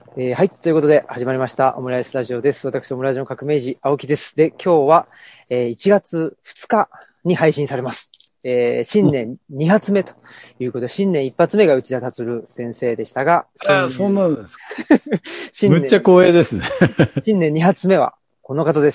はい。ということで、始まりました。オムライスラジオです。私、オムラジオの革命児、青木です。で、今日は、1月2日に配信されます。新年2発目ということで、新年1発目が内田達郎先生でしたが、 ああ、そんなんですか。 新年、 むっちゃ光栄ですね。 新年2発目は、この方です。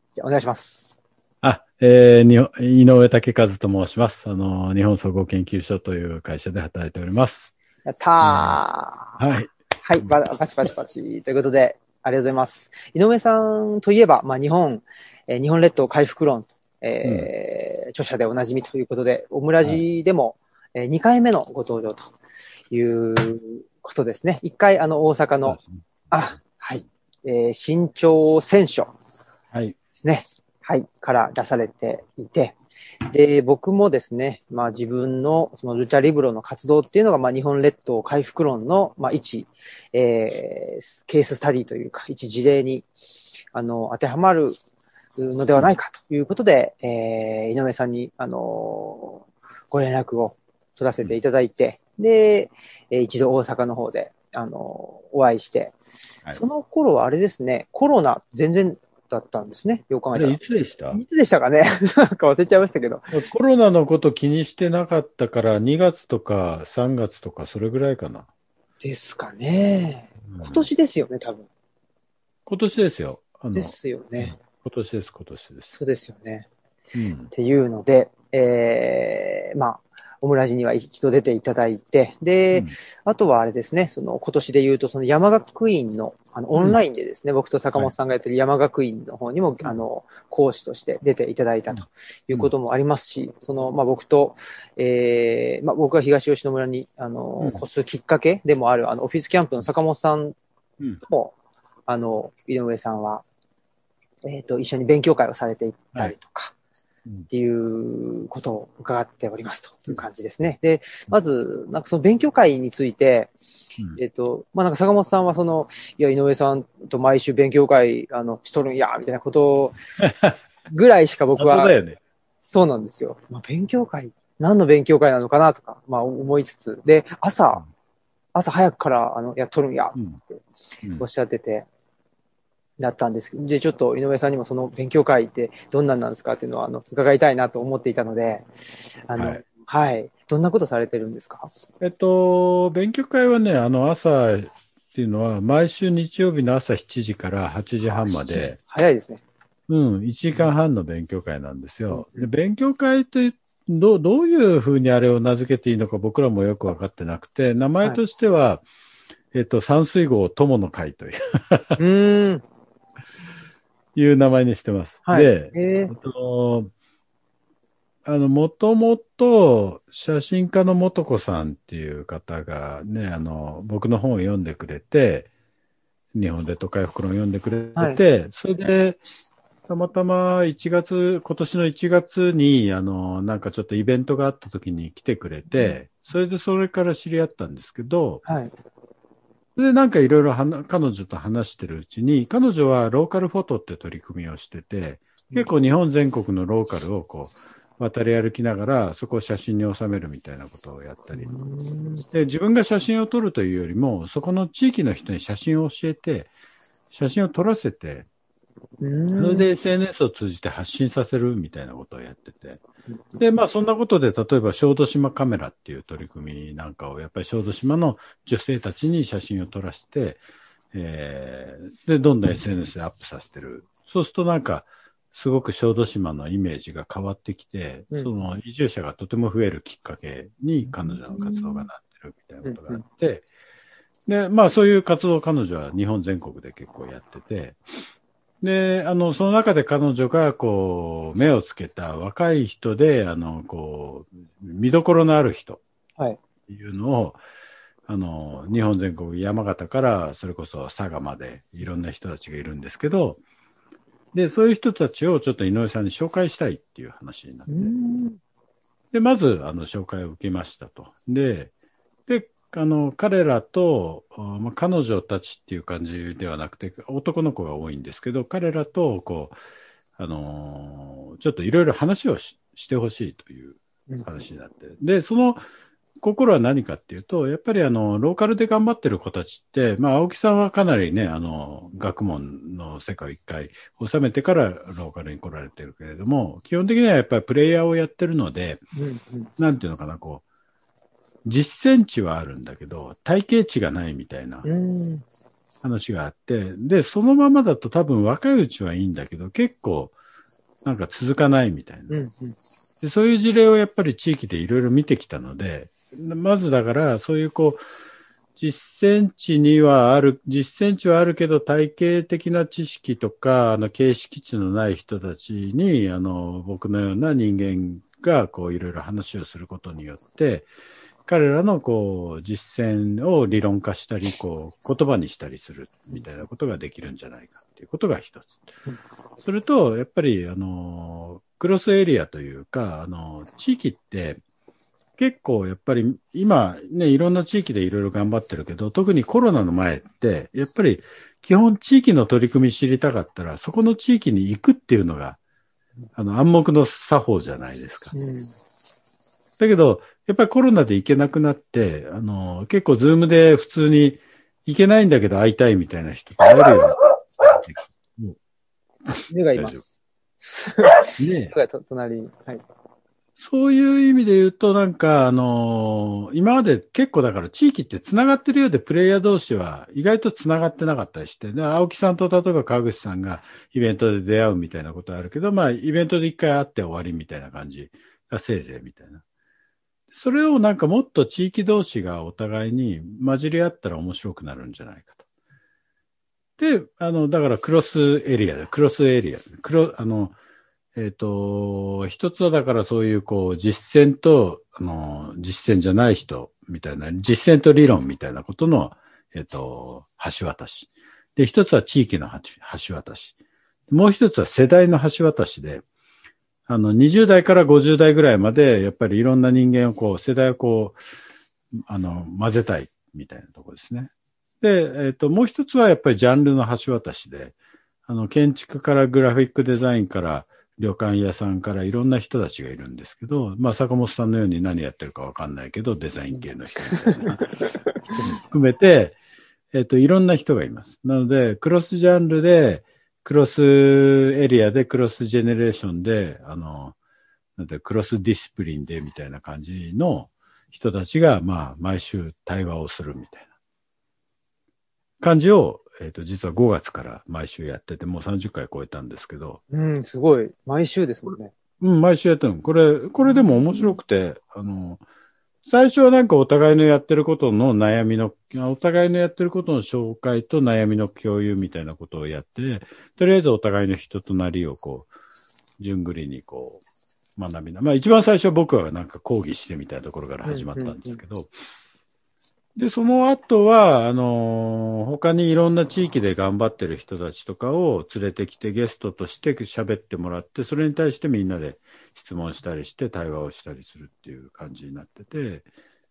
じゃあ、お願いします。 井上武和と申します。日本総合研究所という会社で働いております。 やったー。 はい。 はい、パチパチパチ。ということで、ありがとうございます。井上さんといえば、日本列島回復論、 うん。 著者でおなじみということで、オムラはい。 ジでも、2回目のご登場ということですね。1回、大阪の、 そうですね。 はい、新潮選書ではい。 すね。はい、から出されていて、で、僕もですね、自分のそのルチャリブロの活動っていうのが、日本列島回復論の、一、ケーススタディというか、一事例に、当てはまるのではうん。 ないかということで、井上さんに、ご連絡を取らせうん。 ていただいて、で、一度大阪の方で、お会いして、 はい。 その頃はあれですね、コロナ全然だったんですね、よく考あれ、 えたら。 いつでした？ いつでしたかねなんか忘れちゃいましたけど。 コロナのこと気にしてなかったから2月とか3月とかそれぐらいかな。 ですかね。今うん。 年ですよね、多分。 今年ですよ。 ですよね。 今年です、今年です。 そうですよね。 うん。 っていうので、オムラジには一度出ていただいて、で、 うん。 あとはあれですね、その今年で言うと、その山学院の、オンラうん。 インでですね、僕と坂はい。 本さんがやってる山学院の方にも、 うん。 講師として出ていただいたとうん。 いううん。 こともありますし、その、僕と、僕が東吉野村に、 うん。 越すきっかけでもある、オフィスキャンプの坂本さんうん。 とも、井上さんは、一緒に勉強会をされていったはい。 りとか、 うん。 っていうことを伺っておりますといううん。 感じですね。で、まず、なんかその勉強会について、 うん。 なんか坂本さんはその、いや、井上さんと毎週勉強会、しとるんや、みたいなことぐらいしか僕は、 謎だよね。 そうなんですよ。勉強会、何の勉強会なのかなとか、思いつつ、で、朝早くから、やっとるんや、っうん。 てうん。 おっしゃってて、だったんですけど、で、ちょっと井上さんにもその勉強会ってどんなんなんですかっていうのは、伺いたいなと思っていたので、 はい。 はい。どんなことされてるんですか？ 勉強会はね、朝っていうのは、毎週日曜日の朝7時から8時半ま 7時。 で、 早いですね。 うん、1時間半の勉強会なんですよ。で、 うんうん。 勉強会ってどういうふうにあれを名付けていいのか僕らもよくわかってなくて、名前はい。 としては、山水号友の会といううーん。 いう名前にしてます。 はい。 で、 えー、 もともと写真家の素子さんっていう方がね、僕の本を読んでくれて、日本で都会袋を読んでくれはい。 て、それで、たまたま今年の1月に、なんかちょっとイベントがあった時に来てくれて、それから知り合ったんですけど、 はい。 で、なんかいろいろ彼女と話してるうちに、彼女はローカルフォトって取り組みをしてて、結構日本全国のローカルを渡り歩きながら、そこを写真に収めるみたいなことをやったうり。 ーん。 で、自分が写真を撮るというよりも、そこの地域の人に写真を教えて、写真を撮らせて、 うーん。 それで SNS を通じて発信させるみたいなことをやってて。で、そんなことで、例えば小豆島カメラっていう取り組みなんかを、やっぱり小豆島の女性たちに写真を撮らせて、で、どんどん SNS でアップさせてる。そうするとなんか、すごく小豆島のイメージが変わってきて、 うん。 その移住者がとても増えるきっかけにう彼女の活動がん。 なってるみたいなうん。 ことがうん。 あって、で、そういう活動を彼女は日本全国で結構やってて、で、その中で彼女が、目をつけた若い人で、見どころのある人っはい。 ていうのを、日本全国、山形からそれこそ佐賀までいろんな人たちがいるんですけど、で、そういう人たちをちょっと井上さんに紹介したいっていう話になっうーて、 ん。 で、まず、紹介を受けましたと。で、彼らと、彼女たちっていう感じではなくて、男の子が多いんですけど、彼らと、ちょっといろいろ話をしてほしいといううん。 話になって。で、その心は何かっていうと、やっぱりローカルで頑張ってる子たちって、まあ、青木さんはかなりね、学問の世界を一回収めてからローカルに来られてるけれども、基本的にはやっぱりプレイヤーをやってるので、なんていうのかな、こう、実践値はあるんだけど、体系値がないみたいな話があって、で、そのままだと多分若いうちはいいんだけど、結構なんか続かないみたいな。で、そういう事例をやっぱり地域でいろいろ見てきたので、まずだからそういうこう、実践値はあるけど、体系的な知識とか、形式値のない人たちに、僕のような人間が、こう、いろいろ話をすることによって、彼らのこう実践を理論化したり、こう言葉にしたりするみたいなことができるんじゃないかっていうことが一つ。それと、やっぱり、クロスエリアというか、地域って、結構やっぱり今ね、いろんな地域でいろいろ頑張ってるけど、特にコロナの前って、やっぱり基本地域の取り組み知りたかったら、そこの地域に行くっていうのが、暗黙の作法じゃないですか。だけど、やっぱりコロナで行けなくなって、結構ズームで普通に行けないんだけど会いたいみたいな人と会えるようになって犬がいます。 ね、 犬が隣に。はい。 そういう意味で言うと、なんか、今まで結構だから地域って繋がってるようでプレイヤー同士は意外と繋がってなかったりして、で青木さんと例えば川口さんがイベントで出会うみたいなことあるけど、まあ、イベントで一回会って終わりみたいな感じがせいぜいみたいな。それをなんかもっと地域同士がお互いに混じり合ったら面白くなるんじゃないかと。で、だからクロスエリアで、一つはだからそういうこう実践と、実践じゃない人みたいな、実践と理論みたいなことの、橋渡し。で、一つは地域の橋渡し。もう一つは世代の橋渡しで、20代から50代ぐらいまで、やっぱりいろんな人間をこう、世代をこう、混ぜたいみたいなところですね。で、もう一つはやっぱりジャンルの橋渡しで、建築からグラフィックデザインから旅館屋さんからいろんな人たちがいるんですけど、まあ、坂本さんのように何やってるかわかんないけど、デザイン系の人みたいな人も含めて、いろんな人がいます。なので、クロスジャンルで、クロスエリアで、クロスジェネレーションで、なんてクロスディスプリンでみたいな感じの人たちが、まあ、毎週対話をするみたいな感じを、実は5月から毎週やってて、もう30回超えたんですけど。 うん、すごい。毎週ですもんね。 うん、毎週やってるの。これでも面白くて、最初はなんかお互いのやってることの悩みの、お互いのやってることの紹介と悩みの共有みたいなことをやって、とりあえずお互いの人となりをこう、順繰りにこう、学びな。まあ一番最初僕はなんか講義してみたいなところから始まったんですけど、で、その後は、他にいろんな地域で頑張ってる人たちとかを連れてきてゲストとして喋ってもらって、それに対してみんなで質問したりして対話をしたりするっていう感じになってて、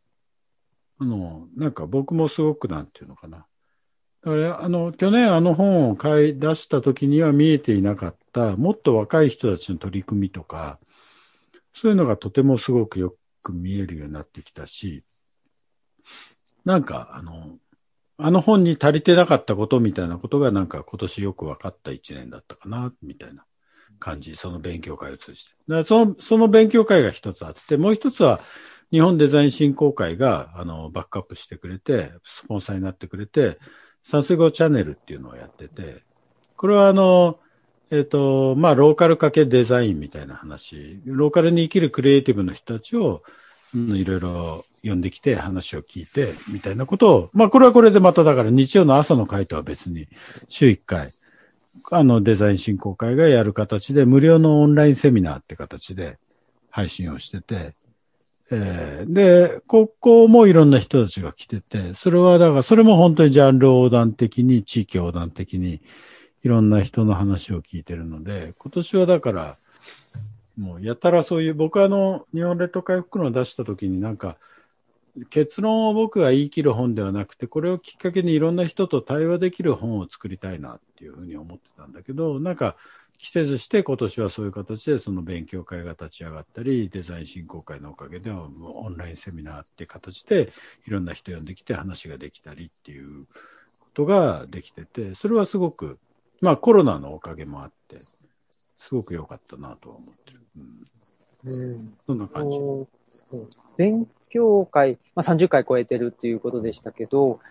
なんか僕もすごくなんていうのかな。だから、去年本を買い出した時には見えていなかった、もっと若い人たちの取り組みとか、そういうのがとてもすごくよく見えるようになってきたし、なんか、本に足りてなかったことみたいなことがなんか今年よく分かった一年だったかな、みたいな感じ、その勉強会を通じて。だからその勉強会が一つあって、もう一つは日本デザイン振興会が、バックアップしてくれて、スポンサーになってくれて、山水号チャンネルっていうのをやってて、これはまあ、ローカルかけデザインみたいな話、ローカルに生きるクリエイティブの人たちを、いろいろ呼んできて話を聞いて、みたいなことを、まあこれはこれでまただから日曜の朝の会とは別に、週1回、デザイン振興会がやる形で、無料のオンラインセミナーって形で配信をしてて、で、ここもいろんな人たちが来てて、それはだから、それも本当にジャンル横断的に、地域横断的に、いろんな人の話を聞いてるので、今年はだから、もうやたらそういう、僕は日本列島回復論を出した時になんか、結論を僕が言い切る本ではなくて、これをきっかけにいろんな人と対話できる本を作りたいなっていうふうに思ってたんだけど、なんか期せずして今年はそういう形でその勉強会が立ち上がったり、デザイン振興会のおかげではオンラインセミナーっていう形でいろんな人呼んできて話ができたりっていうことができてて、それはすごく、まあコロナのおかげもあって、すごく良かったなとは思ってる。そんな感じ。 勉強会、まあ、30回超えてるっていうことでしたけど、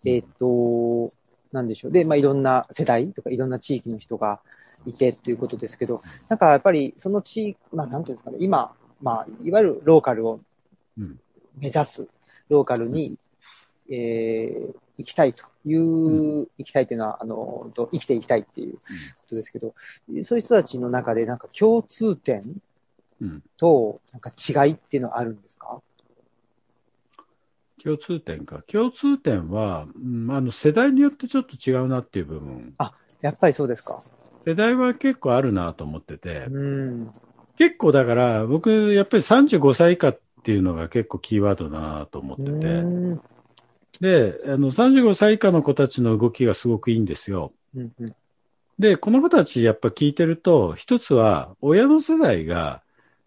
なんでしょう。で、まあ、いろんな世代とかいろんな地域の人がいてっていうことですけど、なんかやっぱりその地域、まあ、なんていうんですかね、今、まあ、いわゆるローカルを目指す、ローカルに、行きたいという、行きたいというのは、生きていきたいっていうことですけど、そういう人たちの中でなんか共通点と、なんか違いっていうのはあるんですか？ 共通点か。共通点は、世代によってちょっと違うなっていう部分。 あ、やっぱりそうですか。 世代は結構あるなと思ってて、 うん。 結構だから僕やっぱり35歳以下っていうのが結構キーワードだなと思ってて、で、35歳以下の子たちの動きがすごくいいんですよ。で、この子たちやっぱ聞いてると、一つは親の世代が、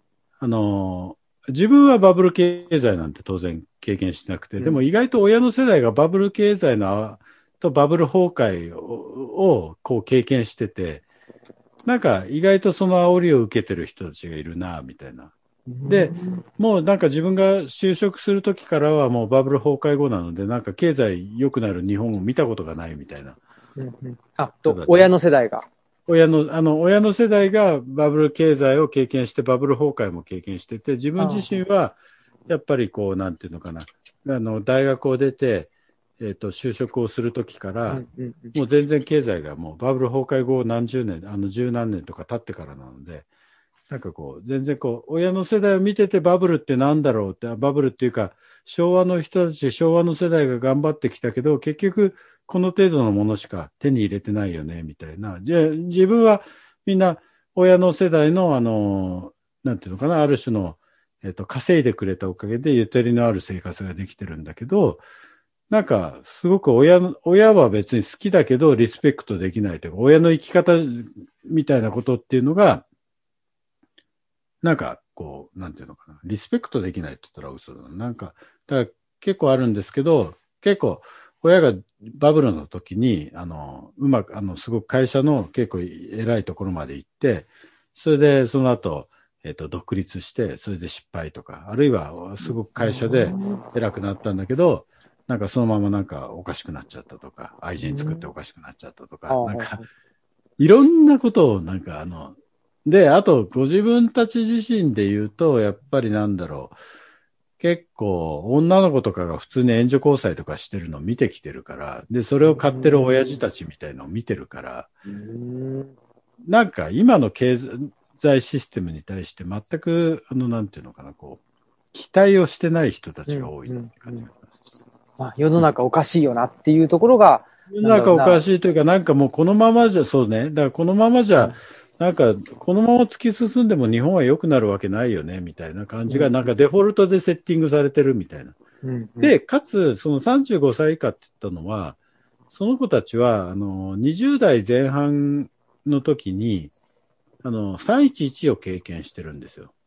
自分はバブル経済なんて当然経験してなくて、でも意外と親の世代がバブル経済とバブル崩壊をこう経験してて、なんか意外とその煽りを受けてる人たちがいるな、みたいな。で、もうなんか自分が就職するときからはもうバブル崩壊後なので、なんか経済良くなる日本を見たことがないみたいな。 親の世代が。 親の世代がバブル経済を経験して、バブル崩壊も経験してて、自分自身はやっぱりこう、なんていうのかな、大学を出て、就職をするときから、もう全然経済がもうバブル崩壊後何十年、十何年とか経ってからなので、なんかこう、全然こう、親の世代を見ててバブルってなんだろうって、バブルっていうか、昭和の人たち、昭和の世代が頑張ってきたけど、結局、この程度のものしか手に入れてないよね、みたいな。じゃあ、自分はみんな、親の世代の、なんていうのかな、ある種の、稼いでくれたおかげでゆとりのある生活ができてるんだけど、なんか、すごく親は別に好きだけど、リスペクトできないというか、親の生き方みたいなことっていうのが、なんか、こう、なんていうのかな。リスペクトできないって言ったら嘘だな。なんか、だから結構あるんですけど、結構、親がバブルの時に、すごく会社の結構偉いところまで行って、それで、その後、独立して、それで失敗とか、あるいは、すごく会社で偉くなったんだけど、なんかそのままなんかおかしくなっちゃったとか、愛人作っておかしくなっちゃったとか、なんか、いろんなことをなんかで、あと、ご自分たち自身で言うと、やっぱりなんだろう。結構、女の子とかが普通に援助交際とかしてるのを見てきてるから、で、それを買ってる親父たちみたいのを見てるから、なんか今の経済システムに対して全く、なんていうのかな、こう、期待をしてない人たちが多いって感じがします。 世の中おかしいよなっていうところが、 世の中おかしいというか、なんかもうこのままじゃ、そうね。だからこのままじゃ、なんか、このまま突き進んでも日本は良くなるわけないよね、みたいな感じが、なんかデフォルトでセッティングされてるみたいな。で、かつ、その35歳以下って言ったのは、その子たちは、20代前半の時に、311を経験してるんですよ。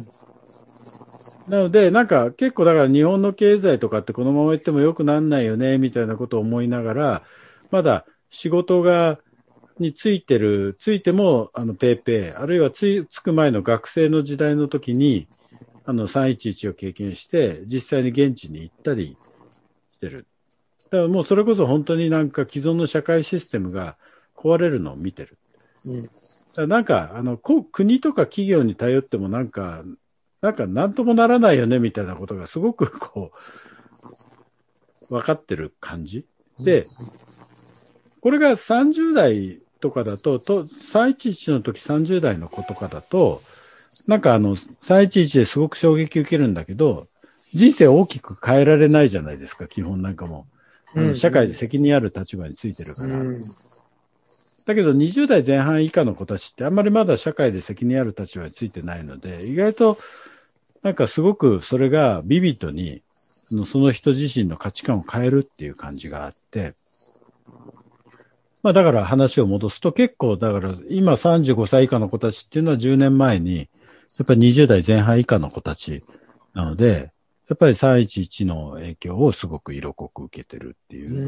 なので、なんか結構だから日本の経済とかってこのままいっても良くならないよね、みたいなことを思いながら、まだ仕事についても、ペーペー、あるいはつく前の学生の時代の時に、311を経験して、実際に現地に行ったりしてる。だからもうそれこそ本当になんか既存の社会システムが壊れるのを見てる。なんか、国とか企業に頼ってもなんかなんともならないよねみたいなことがすごくこう、分かってる感じ。で、これが30代とかだと、311の時30代の子とかだと、なんか311ですごく衝撃受けるんだけど、人生を大きく変えられないじゃないですか、基本なんかもう。社会で責任ある立場についてるから。だけど20代前半以下の子たちってあんまりまだ社会で責任ある立場についてないので、意外となんかすごくそれがビビッドにその人自身の価値観を変えるっていう感じがあって、 まあだから話を戻すと結構、だから今35歳以下の子たちっていうのは10年前に、やっぱり20代前半以下の子たちなので、やっぱり311の影響をすごく色濃く受けてるっていう。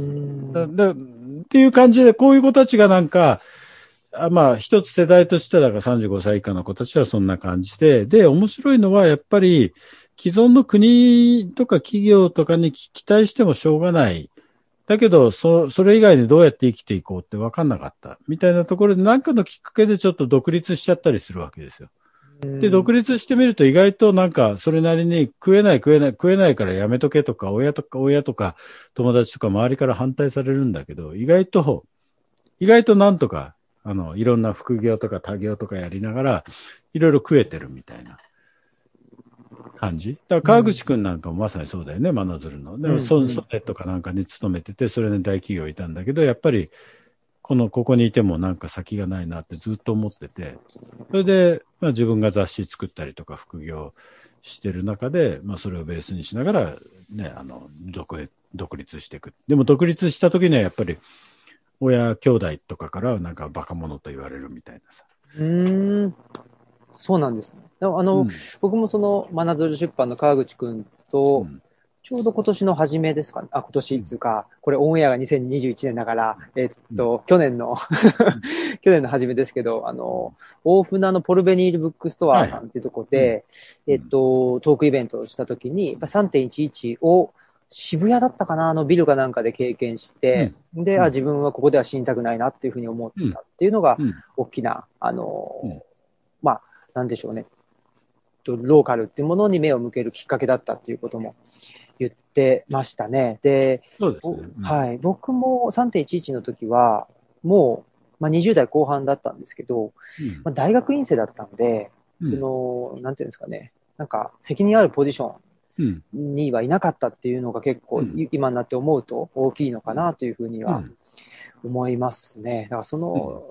っていう感じで、こういう子たちがなんか、まあ一つ世代としてはだから35歳以下の子たちはそんな感じで、で、面白いのはやっぱり既存の国とか企業とかに期待してもしょうがない。だけど、それ以外にどうやって生きていこうって分かんなかった。みたいなところで何かのきっかけでちょっと独立しちゃったりするわけですよ。で、独立してみると意外となんかそれなりに食えないからやめとけとか、親とか友達とか周りから反対されるんだけど、意外となんとか、いろんな副業とか他業とかやりながら、いろいろ食えてるみたいな感じ。だから川口くんなんかもまさにそうだよね、真鶴の。でも、ソネとかなんかに勤めてて、それで大企業いたんだけど、やっぱり、ここにいてもなんか先がないなってずっと思ってて、それで、まあ自分が雑誌作ったりとか副業してる中で、まあそれをベースにしながら、ね、独立していく。でも独立した時にはやっぱり、親兄弟とかからなんかバカ者と言われるみたいなさ。 そうなんですね。僕もその、真鶴出版の川口くんと、ちょうど今年の初めですかね。今年っていうか、これオンエアが2021年だから、去年の去年の初めですけど、大船のポルベニールブックストアさんっていうところで、トークイベントをしたときに、3.11 を渋谷だったかな、ビルかなんかで経験して、で、自分はここでは死にたくないなっていうふうに思ったっていうのが、大きな、まあ、なんでしょうね。ローカルっていうものに目を向けるきっかけだったっていうことも言ってましたね。で、 そうですね。 はい。僕も3.11の時は、もう、20代後半だったんですけど、大学院生だったんで、なんていうんですかね。なんか、責任あるポジションにはいなかったっていうのが結構、今になって思うと大きいのかなというふうには思いますね。だからその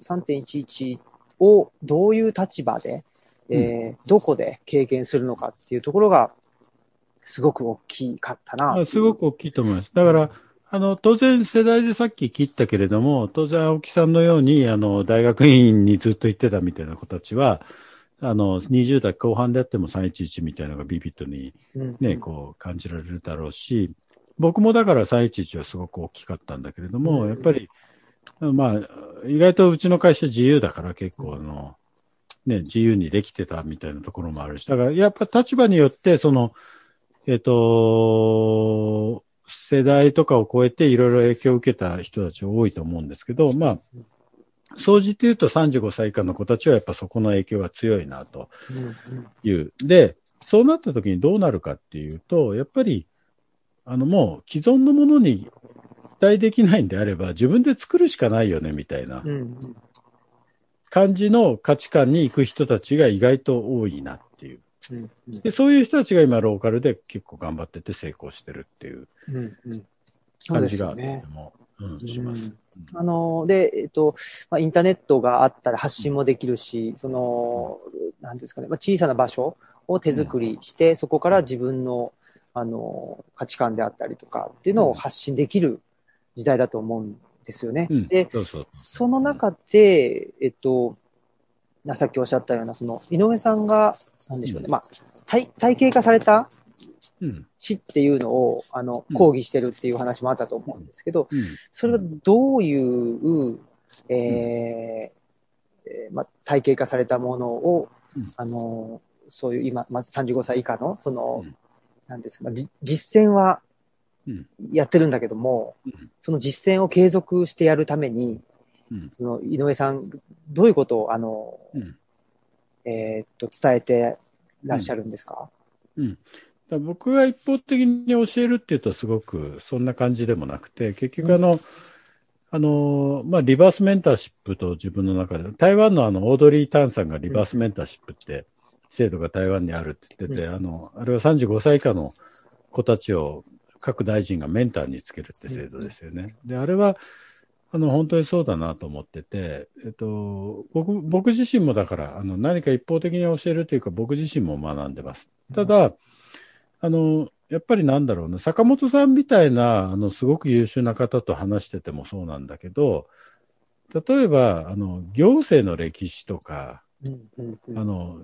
3.11をどういう立場で、どこで経験するのかっていうところが、すごく大きかったな。 すごく大きいと思います。だから、当然世代でさっき切ったけれども、当然青木さんのように、大学院にずっと行ってたみたいな子たちは、20代後半であっても311みたいなのがビビッドにね、こう感じられるだろうし、僕もだから311はすごく大きかったんだけれども、やっぱり、まあ、意外とうちの会社自由だから結構ね、自由にできてたみたいなところもあるし、だからやっぱ立場によって、世代とかを超えていろいろ影響を受けた人たち多いと思うんですけど、まあ、総じて言うと35歳以下の子たちはやっぱそこの影響が強いなという。で、そうなった時にどうなるかっていうと、やっぱり、もう既存のものに期待できないんであれば自分で作るしかないよねみたいな感じの価値観に行く人たちが意外と多いなっていう。でそういう人たちが今ローカルで結構頑張ってて成功してるっていう感じがとてもします。 で、インターネットがあったら発信もできるし、なんですかね、小さな場所を手作りして、そこから自分の、価値観であったりとかっていうのを発信できる時代だと思うんですよね。で、その中で、さっきおっしゃったような、井上さんが、なんでしょうね、体系化された死っていうのを、抗議してるっていう話もあったと思うんですけど、それはどういう、体系化されたものを、そういう今、35歳以下の、なんですか、実践はやってるんだけども、その実践を継続してやるために、井上さん、どういうことを、伝えてらっしゃるんですか？ 僕が一方的に教えるっていうとすごくそんな感じでもなくて、結局リバースメンターシップと自分の中で、台湾のオードリー・タンさんがリバースメンターシップって制度が台湾にあるって言ってて、あれは35歳以下の子たちを各大臣がメンターにつけるって制度ですよね。で、あれは、本当にそうだなと思ってて、僕自身もだから、何か一方的に教えるというか、僕自身も学んでます。ただ、やっぱりなんだろうな、坂本さんみたいな、すごく優秀な方と話しててもそうなんだけど、 例えば、行政の歴史とか、 うんうんうん。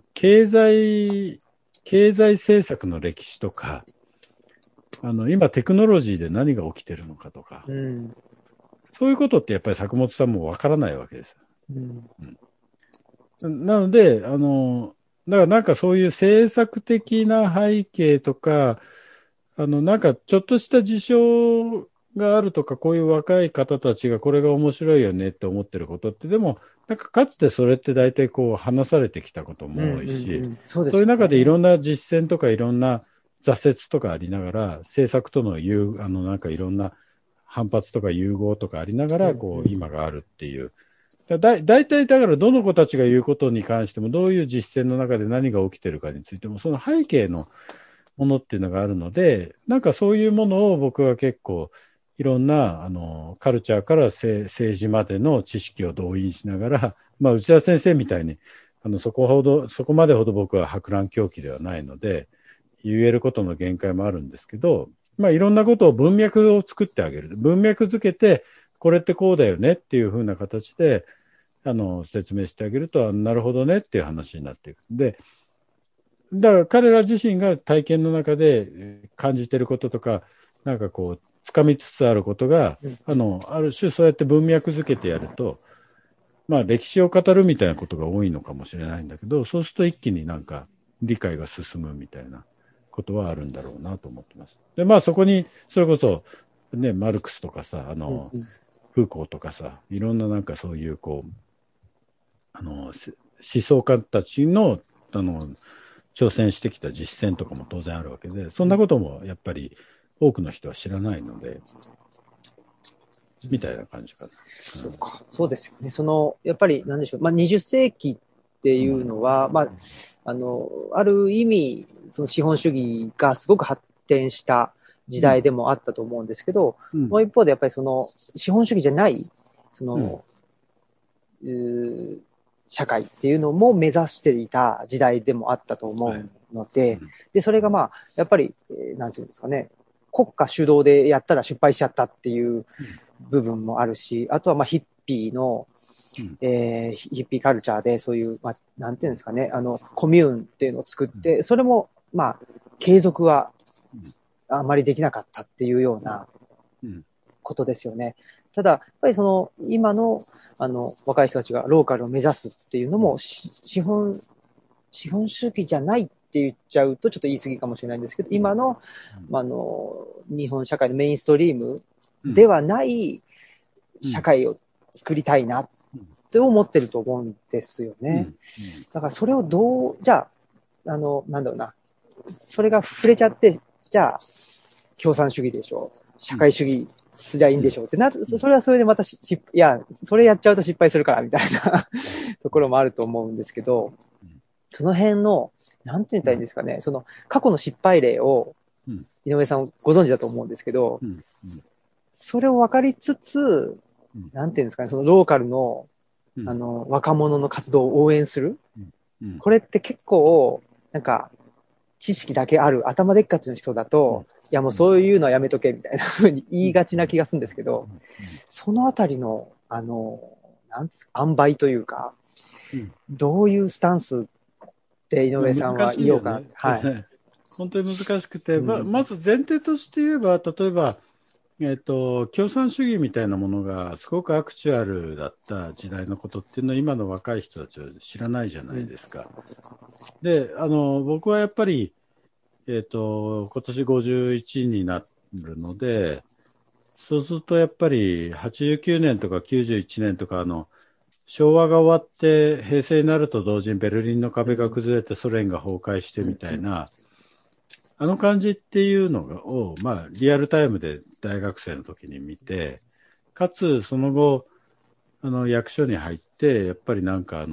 経済政策の歴史とか、今テクノロジーで何が起きてるのかとか、 うん。 そういうことってやっぱり坂本さんもわからないわけです。 うん。 なので、だからなんかそういう政策的な背景とか、なんかちょっとした事象があるとか、こういう若い方たちがこれが面白いよねって思ってることって、でも、なんかかつてそれって大体こう話されてきたことうんも多いし、 うんうん。そうでそういう中でいすよね。 ろんな実践とかいろんな挫折とかありながら、政策とのなんかいろんな反発とか融合とかありながら、 うんうこう今ん。 があるっていう。大体だからどの子たちが言うことに関しても、どういう実践の中で何が起きてるかについても、その背景のものっていうのがあるので、なんかそういうものを僕は結構いろんなカルチャーから政治までの知識を動員しながら、まあ内田先生みたいにそこまでほど僕は博覧狂気ではないので、言えることの限界もあるんですけど、まあいろんなことを文脈を作ってあげる。文脈づけて、これってこうだよねっていう風な形で、説明してあげると、なるほどねっていう話になっていく。で、だから彼ら自身が体験の中で感じてることとか、なんかこう、掴みつつあることが、 うん。 ある種そうやって文脈づけてやると、まあ歴史を語るみたいなことが多いのかもしれないんだけど、そうすると一気になんか理解が進むみたいなことはあるんだろうなと思ってます。で、まあそこに、それこそ、ね、マルクスとかさ、 うんうん。 フーコーとかさ、いろんななんかそういうこう、思想家たちの、挑戦してきた実践とかも当然あるわけで、そんなこともやっぱり多くの人は知らないので、みたいな感じかな。 そうか。そうですよね。やっぱり、なんでしょう。まあ、20世紀っていうのは、まあ、ある意味、その資本主義がすごく発展した時うん、 代でもあったと思うんですけど、 うん、 もう一方でやっぱり資本主義じゃない、そうん、 の、うー社会っていうのも目指していた時代でもあったと思はい、 うので、 うん、 で、それがまあ、やっぱり、なんていうんですかね、国家主導でやったら失敗しちゃったっていううん、 部分もあるし、あとはまあヒッピーの、 うん、 ヒッピーカルチャーでそういう、まあ、なんていうんですかね、コミューンっていうのを作って、それも、まあ、継続はあまりできなかったっていうようなうん、 ことですよね。ただ、やっぱり今の、若い人たちがローカルを目指すっていうのも、資本主義じゃないって言っちゃうとちょっと言い過ぎかもしれないんですけど、今の、まあ、日本社会のメインストリームではない社会を作りたいなって思ってると思うんですよね。だからそれをじゃあ、なんだろうな、それが触れちゃって、じゃあ、共産主義でしょう。社会主義すりゃいいんでしょうってそれはそれでまたいや、それやっちゃうと失敗するからみたいなところもあると思うんですけど、その辺の、なんて言ったらいいんですかね、過去の失敗例を、井上さんご存知だと思うんですけど、それを分かりつつ、なんていうんですかね、そのローカルの、若者の活動を応援する。これって結構、なんか、知識だけある頭でっかちの人だと、いやもうそういうのはやめとけみたいな風に言いがちな気がするんですけど、そのあたりの、なんですか、塩梅というか、どういうスタンスで井上さん難はしいよね。 言おうかなって。はい。 本当に難しくて、 うんまず前提として言えば、例えば、共産主義みたいなものがすごくアクチュアルだった時代のことっていうのは今の若い人たちは知らないじゃないですか。で、僕はやっぱり、今年51になるので、そうするとやっぱり89年とか91年とか昭和が終わって平成になると同時にベルリンの壁が崩れてソ連が崩壊してみたいな、あの感じっていうのを、まあ、リアルタイムで大学生の時に見て、かつその後、役所に入って、やっぱりなんか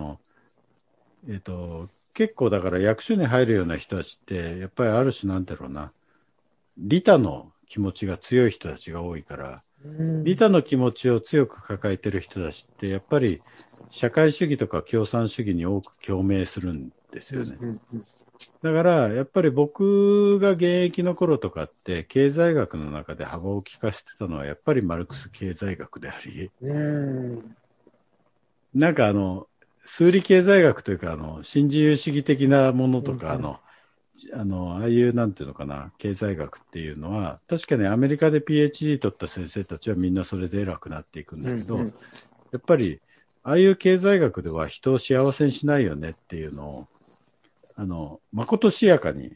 結構だから役所に入るような人たちって、やっぱりある種なんだろうな、利他の気持ちが強い人たちが多いから、利他の気持ちを強く抱えてる人たちって、やっぱり社会主義とか共産主義に多く共鳴するんですよね。だから、やっぱり僕が現役の頃とかって、経済学の中で幅を利かせてたのは、やっぱりマルクス経済学であり、 なんか数理経済学というか、新自由主義的なものとか、ああいうなんていうのかな、経済学っていうのは、確かにアメリカで PhD 取った先生たちはみんなそれで偉くなっていくんだけど、やっぱり、ああいう経済学では人を幸せにしないよねっていうのを、まことしやかに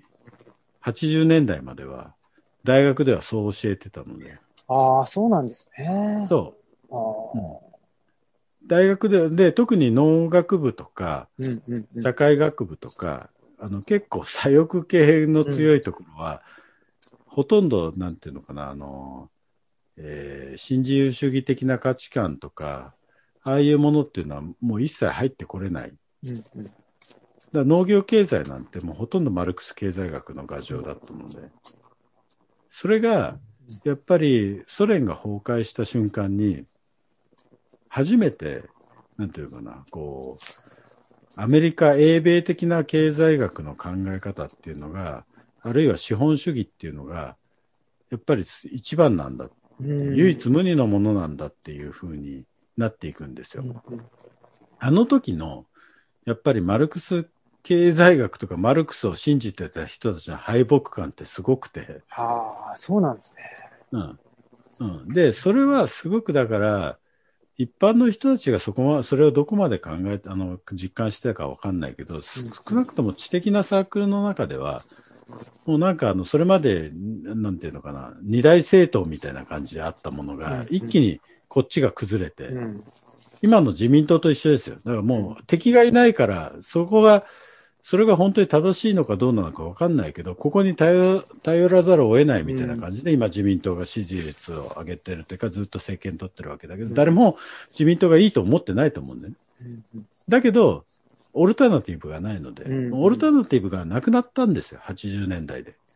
80年代までは大学ではそう教えてたので。 ああ、そうなんですね。 そう。うん、 ああ。 大学で、特に農学部とか、社う会学部とか、結構左翼系の強いところは、ほとんど、なんていうのかな、新自由主義的な価値観とか、ああいうものっていうのはもう一切入ってこれない。だから農業経済なんてもうほとんどマルクス経済学の牙城だったので、それが、やっぱりソ連が崩壊した瞬間に、初めて、なんていうかな、こう、アメリカ、英米的な経済学の考え方っていうのが、あるいは資本主義っていうのが、やっぱり一番なんだ。唯一無二のものなんだっていうふうになっていくんですよ。あの時の、やっぱりマルクス経済学とかマルクスを信じてた人たちの敗北感ってすごくて。 ああ、そうなんですね。 で、それはすごくだから、一般の人たちがそれをどこまで考えて、実感してたかわかんないけど、少なくとも知的なサークルの中では、もうなんかそれまで、なんていうのかな、二大政党みたいな感じであったものが、一気にこっちが崩れて、今の自民党と一緒ですよ。だからもう敵がいないから、それが本当に正しいのかどうなのかわかんないけど、ここに頼らざるを得ないみたいな感じで、今自民党が支持率を上げてるというか、ずっと政権取ってるわけだけど、誰も自民党がいいと思ってないと思うんだよね。だけど、オルタナティブがないので、オルタナティブがなくなったんですよ、80年代で。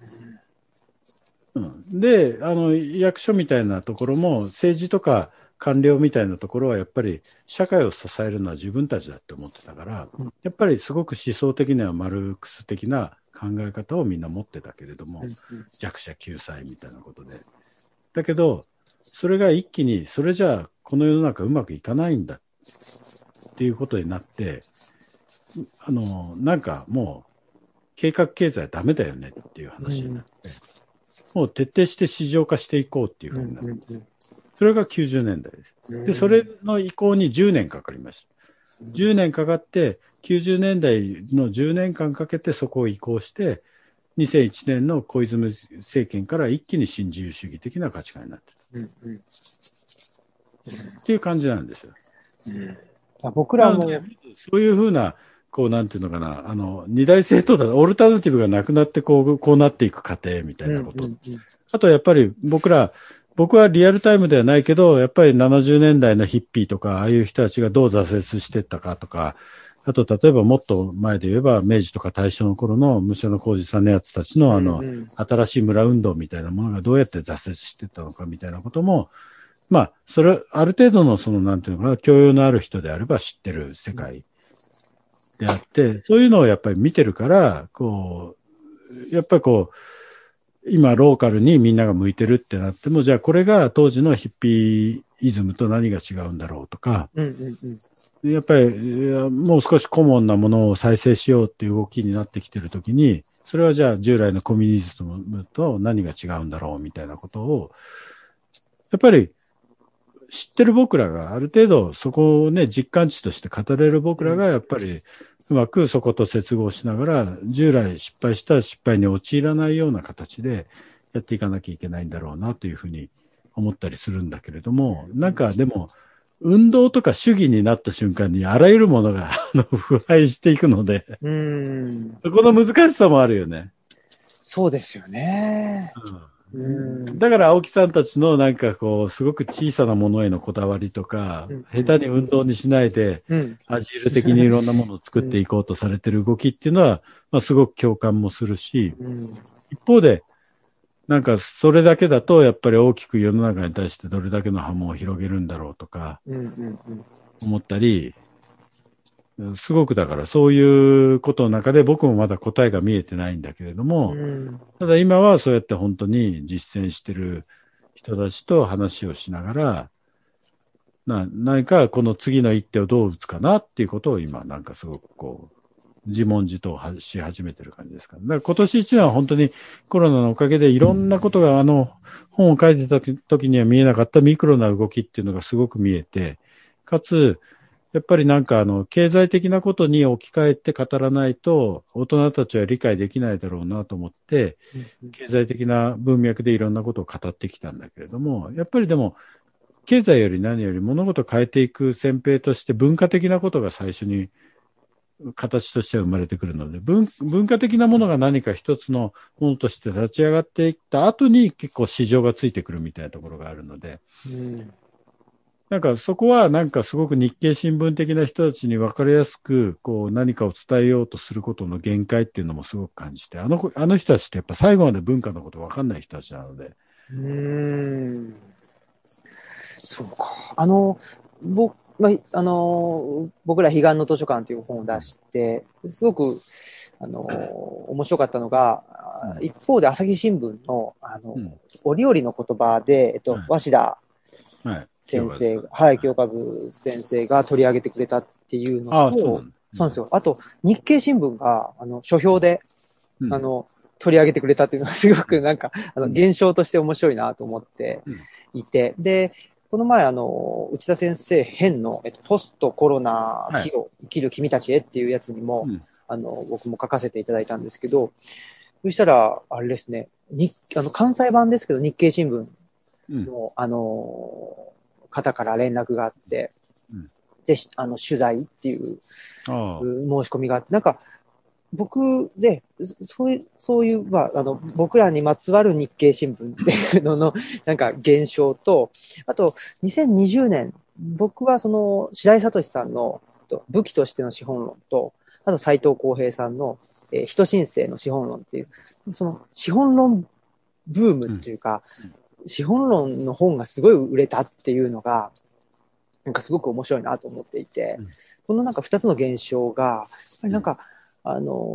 で、役所みたいなところも、政治とか官僚みたいなところは、やっぱり社会を支えるのは自分たちだって思ってたから、やっぱりすごく思想的にはマルクス的な考え方をみんな持ってたけれども、弱者救済みたいなことで。だけど、それが一気に、それじゃあこの世の中うまくいかないんだっていうことになって、なんかもう、計画経済はダメだよねっていう話になって、もう徹底して市場化していこうっていうふうになって、それが90年代です。で、それの移行に10年かかりました。10年かかって、90年代の10年間かけてそこを移行して、2001年の小泉政権から一気に新自由主義的な価値観になってた。っていう感じなんですよ。 僕らも。 そういうふうな、こう、なんていうのかな、二大政党だ、オルタナティブがなくなって、こうなっていく過程みたいなこと。あと、やっぱり僕はリアルタイムではないけど、やっぱり70年代のヒッピーとか、ああいう人たちがどう挫折していったかとか、あと、例えばもっと前で言えば、明治とか大正の頃の武者小路さんのやつたちの、新しい村運動みたいなものがどうやって挫折していったのかみたいなことも、まあ、それ、ある程度のなんていうのかな、教養のある人であれば知ってる世界であって、そういうのをやっぱり見てるから、やっぱり今ローカルにみんなが向いてるってなっても、じゃあこれが当時のヒッピーイズムと何が違うんだろうとか、やっぱりもう少しコモンなものを再生しようっていう動きになってきてるときに、それはじゃあ従来のコミュニズムと何が違うんだろうみたいなことを、やっぱり知ってる僕らがある程度そこをね、実感値として語れる僕らがやっぱりうまくそこと接合しながら、従来失敗した失敗に陥らないような形でやっていかなきゃいけないんだろうなというふうに思ったりするんだけれども、なんかでも、運動とか主義になった瞬間にあらゆるものが腐敗していくので、そこの難しさもあるよね。 そうですよね。 だから青木さんたちのなんかすごく小さなものへのこだわりとか、下手に運動にしないで、アジール的にいろんなものを作っていこうとされてる動きっていうのは、まあ、すごく共感もするし、一方で、なんかそれだけだとやっぱり大きく世の中に対してどれだけの波紋を広げるんだろうとか思ったり、すごくだからそういうことの中で僕もまだ答えが見えてないんだけれども、ただ今はそうやって本当に実践してる人たちと話をしながら、 何かこの次の一手をどう打つかなっていうことを今なんかすごくこう、自問自答し始めてる感じですかね。だから今年一年は本当にコロナのおかげでいろんなことが本を書いてた時には見えなかったミクロな動きっていうのがすごく見えて、かつ、やっぱりなんか経済的なことに置き換えて語らないと大人たちは理解できないだろうなと思って、経済的な文脈でいろんなことを語ってきたんだけれども、やっぱりでも、経済より何より物事を変えていく先兵として文化的なことが最初に形としては生まれてくるので、文化的なものが何か一つのものとして立ち上がっていった後に結構市場がついてくるみたいなところがあるので、なんかそこはなんかすごく日経新聞的な人たちに分かりやすくこう何かを伝えようとすることの限界っていうのもすごく感じて、あの人たちってやっぱ最後まで文化のこと分かんない人たちなので。 そうか。僕ら彼岸の図書館という本を出して、すごく、面白かったのが、一方で朝日新聞の、折々の言葉で、鷲田先生が、清和先生が取り上げてくれたっていうのと、そうなんですよ。あと、日経新聞が、書評で、取り上げてくれたっていうのがすごくなんか、現象として面白いなと思っていて、で、この前、内田先生編の、ポストコロナ期を生きる君たちへっていうやつにも、僕も書かせていただいたんですけど、そしたら、あれですね、関西版ですけど、日経新聞の、方から連絡があって、で、取材っていう申し込みがあって、なんか、僕で、そういう、僕らにまつわる日経新聞っていうのの、なんか現象と、あと、2020年、僕は白井聡さんの武器としての資本論と、あと斉藤浩平さんの、人申請の資本論っていう、その資本論ブームっていうか、資本論の本がすごい売れたっていうのが、なんかすごく面白いなと思っていて、このなんか2つの現象が、なんか、い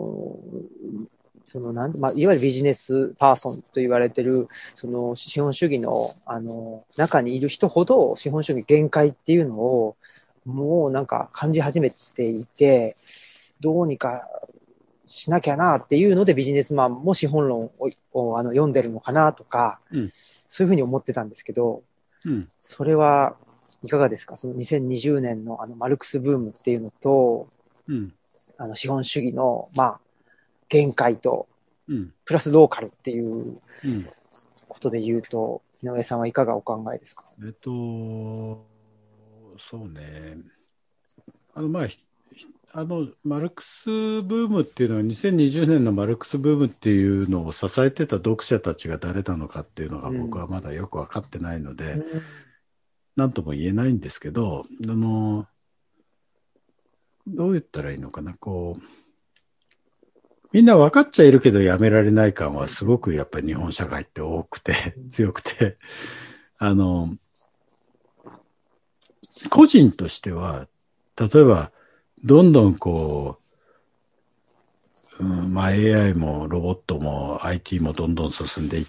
わゆるビジネスパーソンと言われてる、資本主義の、中にいる人ほど資本主義限界っていうのを、もうなんか感じ始めていて、どうにかしなきゃなっていうのでビジネスマンも資本論を読んでるのかなとか、そういうふうに思ってたんですけど、それはいかがですか？その2020年のマルクスブームっていうのと、資本主義の、限界と、プラスローカルっていうことで言うと、井上さんはいかがお考えですか？ そうね。マルクスブームっていうのは2020年のマルクスブームっていうのを支えてた読者たちが誰なのかっていうのが僕はまだよく分かってないので、なんとも言えないんですけど、どう言ったらいいのかな、みんな分かっちゃいるけどやめられない感はすごくやっぱり日本社会って多くて、強くて、個人としては、例えば、どんどんAI もロボットも IT もどんどん進んでいって、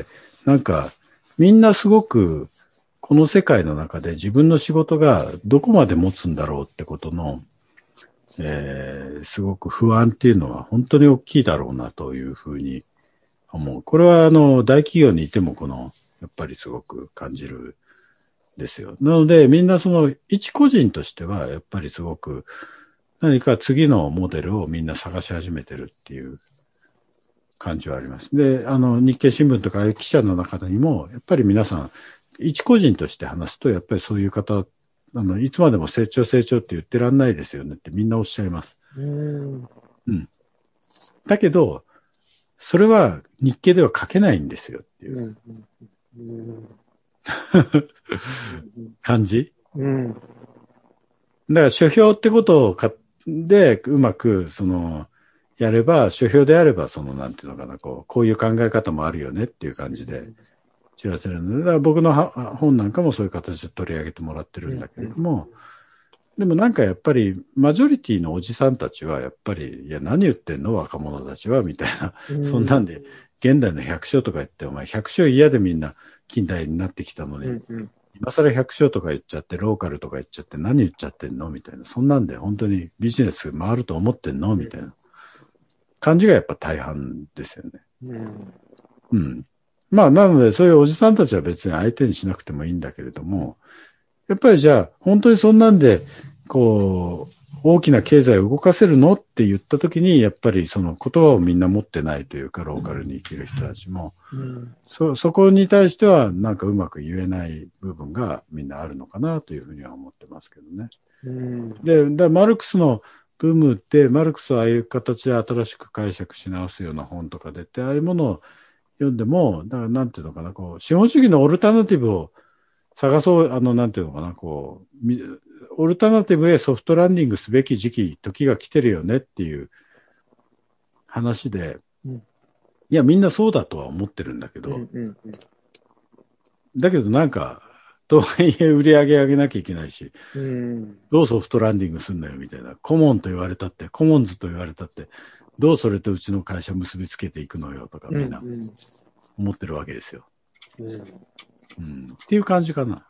なんか、みんなすごく、この世界の中で自分の仕事がどこまで持つんだろうってことの、すごく不安っていうのは本当に大きいだろうなというふうに思う。これは大企業にいてもやっぱりすごく感じるですよ。なのでみんな一個人としてはやっぱりすごく何か次のモデルをみんな探し始めてるっていう感じはあります。で、日経新聞とか記者の中にもやっぱり皆さん一個人として話すとやっぱりそういう方いつまでも成長成長って言ってらんないですよねってみんなおっしゃいます。だけど、それは日経では書けないんですよっていう感じ。だから書評ってことでうまくやれば、書評であればなんていうのかな、こういう考え方もあるよねっていう感じで。知らせるので、だから僕の本なんかもそういう形で取り上げてもらってるんだけれども、でもなんかやっぱりマジョリティのおじさんたちはやっぱり、いや何言ってんの若者たちはみたいな、そんなんで現代の百姓とか言ってお前百姓嫌でみんな近代になってきたのに、 今更百姓とか言っちゃって、ローカルとか言っちゃって何言っちゃってんのみたいな。そんなんで本当にビジネス回ると思ってんのみたいな感じがやっぱ大半ですよね。うん。まあ、なので、そういうおじさんたちは別に相手にしなくてもいいんだけれども、やっぱりじゃあ、本当にそんなんで、こう、大きな経済を動かせるのって言ったときに、やっぱりその言葉をみんな持ってないというか、ローカルに生きる人たちも、そこに対してはなんかうまく言えない部分がみんなあるのかなというふうには思ってますけどね。で、マルクスのブームって、マルクスはああいう形で新しく解釈し直すような本とか出て、ああいうものを読んでも、だからなんていうのかな、こう、資本主義のオルタナティブを探そう、なんていうのかな、こう、オルタナティブへソフトランディングすべき時が来てるよねっていう話で、いや、みんなそうだとは思ってるんだけど、だけどなんか、とはいえ売り上げ上げなきゃいけないし、どうソフトランディングすんのよみたいな、コモンと言われたって、コモンズと言われたって、どうそれとうちの会社結びつけていくのよとかみんな思ってるわけですよ。っていう感じかな。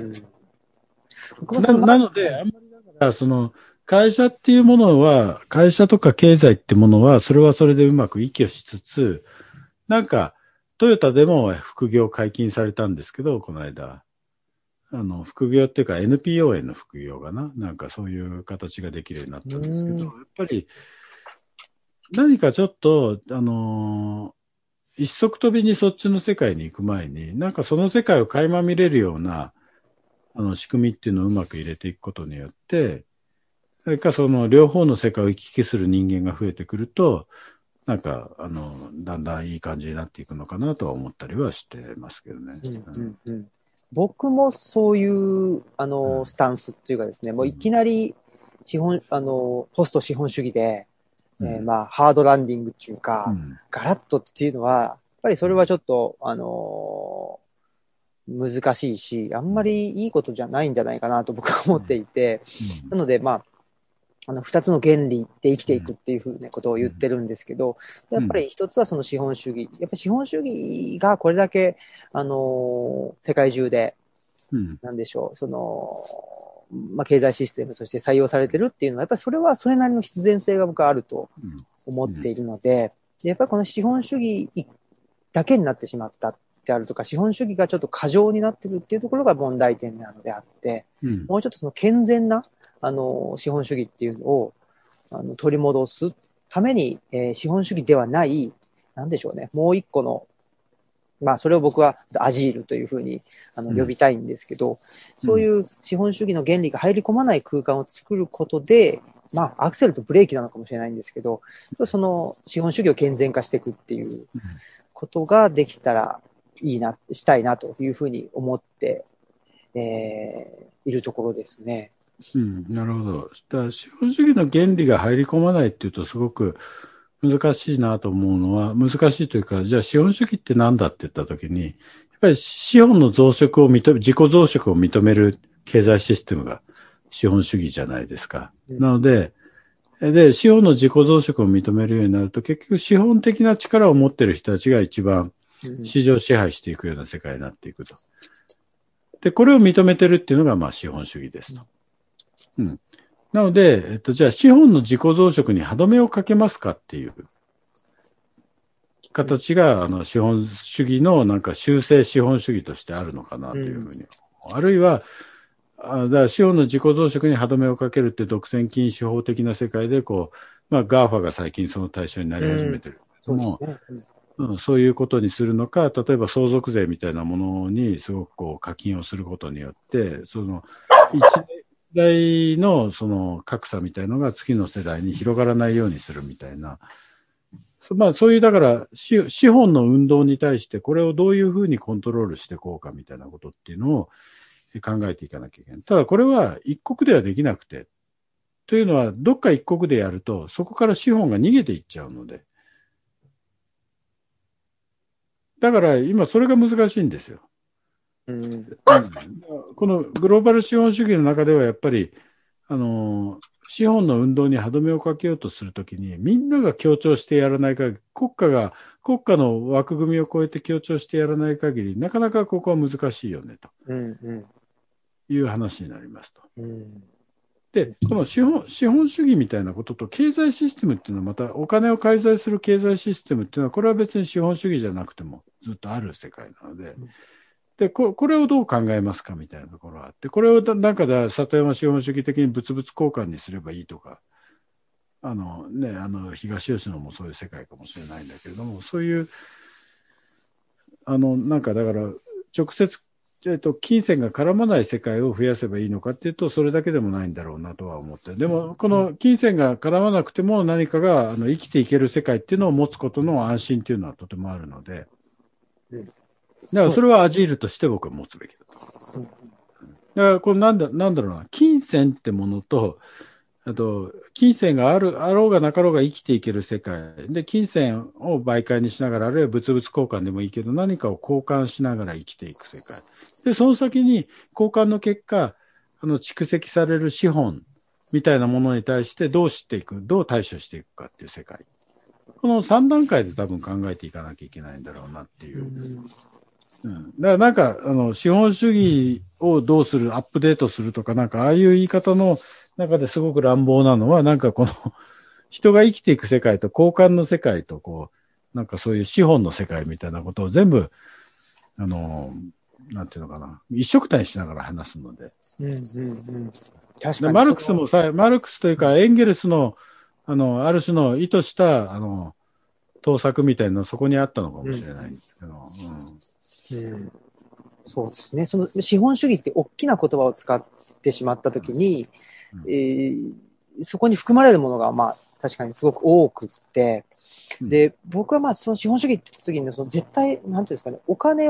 なので、あんまりだから、その、会社っていうものは、会社とか経済ってものは、それはそれでうまく息をしつつ、なんか、トヨタでも副業解禁されたんですけど、この間。副業っていうか NPO への副業がなんかそういう形ができるようになったんですけど、やっぱり、何かちょっと、一足飛びにそっちの世界に行く前に、なんかその世界を垣間見れるような、仕組みっていうのをうまく入れていくことによって、それからその両方の世界を行き来する人間が増えてくると、なんか、だんだんいい感じになっていくのかなとは思ったりはしてますけどね。 僕もそういう、スタンスっていうかですね、もういきなりポスト資本主義で、まあ、ハードランディングっていうか、ガラッとっていうのは、やっぱりそれはちょっと、難しいし、あんまりいいことじゃないんじゃないかなと僕は思っていて、なので、まあ、二つの原理で生きていくっていうふうなことを言ってるんですけど、やっぱり一つはその資本主義。やっぱり資本主義がこれだけ、世界中で、なんでしょう、その、まあ、経済システムとして採用されてるっていうのは、やっぱりそれはそれなりの必然性が僕はあると思っているので、やっぱりこの資本主義だけになってしまったであるとか、資本主義がちょっと過剰になってるっていうところが問題点なのであって、もうちょっとその健全な、資本主義っていうのを、取り戻すために、資本主義ではない、なんでしょうね、もう一個の、まあ、それを僕はアジールというふうに呼びたいんですけど、そういう資本主義の原理が入り込まない空間を作ることで、まあ、アクセルとブレーキなのかもしれないんですけど、その資本主義を健全化していくっていうことができたらいいな、したいなというふうに思って、いるところですね。 なるほど。だから資本主義の原理が入り込まないっていうとすごく難しいなと思うのは、難しいというか、じゃあ資本主義って何だって言ったときに、やっぱり資本の増殖を自己増殖を認める経済システムが資本主義じゃないですか。なので、資本の自己増殖を認めるようになると、結局資本的な力を持っている人たちが一番市場支配していくような世界になっていくと。で、これを認めてるっていうのが、まあ資本主義ですと。なので、じゃあ資本の自己増殖に歯止めをかけますかっていう形が、資本主義のなんか修正資本主義としてあるのかなというふうに。あるいは、だから資本の自己増殖に歯止めをかけるって独占禁止法的な世界で、こう、まあ、ガーファが最近その対象になり始めてるけども、そういうことにするのか、例えば相続税みたいなものにすごくこう課金をすることによって、その、一代のその格差みたいのが次の世代に広がらないようにするみたいな。まあそういうだから資本の運動に対してこれをどういうふうにコントロールしていこうかみたいなことっていうのを考えていかなきゃいけない。ただこれは一国ではできなくて、というのはどっか一国でやるとそこから資本が逃げていっちゃうので。だから今それが難しいんですよ。このグローバル資本主義の中ではやっぱり、資本の運動に歯止めをかけようとするときに、みんなが協調してやらない限り、国家が国家の枠組みを超えて強調してやらない限り、なかなかここは難しいよね、という話になりますと。で、この資本主義みたいなことと経済システムっていうのはまたお金を介在する経済システムっていうのはこれは別に資本主義じゃなくてもずっとある世界なので、で、これをどう考えますかみたいなところがあって、これをなんかで里山資本主義的に物々交換にすればいいとか、東吉野もそういう世界かもしれないんだけれども、そういう、なんかだから、直接、金銭が絡まない世界を増やせばいいのかっていうと、それだけでもないんだろうなとは思って。でも、この金銭が絡まなくても何かが生きていける世界っていうのを持つことの安心っていうのはとてもあるので、だからそれはアジールとして僕は持つべきだと。だからこれなんだろうな、金銭ってものと、あと、金銭があろうがなかろうが生きていける世界。で、金銭を媒介にしながら、あるいは物々交換でもいいけど、何かを交換しながら生きていく世界。で、その先に交換の結果、蓄積される資本みたいなものに対してどう対処していくかっていう世界。この3段階で多分考えていかなきゃいけないんだろうなっていう。だからなんか、資本主義をどうする、アップデートするとか、なんか、ああいう言い方の中ですごく乱暴なのは、なんかこの、人が生きていく世界と交換の世界と、こう、なんかそういう資本の世界みたいなことを全部、なんていうのかな、一緒くたにしながら話すので。 確かにマルクスもさ、マルクスというか、エンゲルスの、ある種の意図した、盗作みたいなのそこにあったのかもしれないんですけど。 そうですね。その資本主義って大きな言葉を使ってしまったときに、そこに含まれるものが、まあ、確かにすごく多くって、で、僕はまあ、その資本主義って言ったときに、その絶対、なんていうんですかね、お金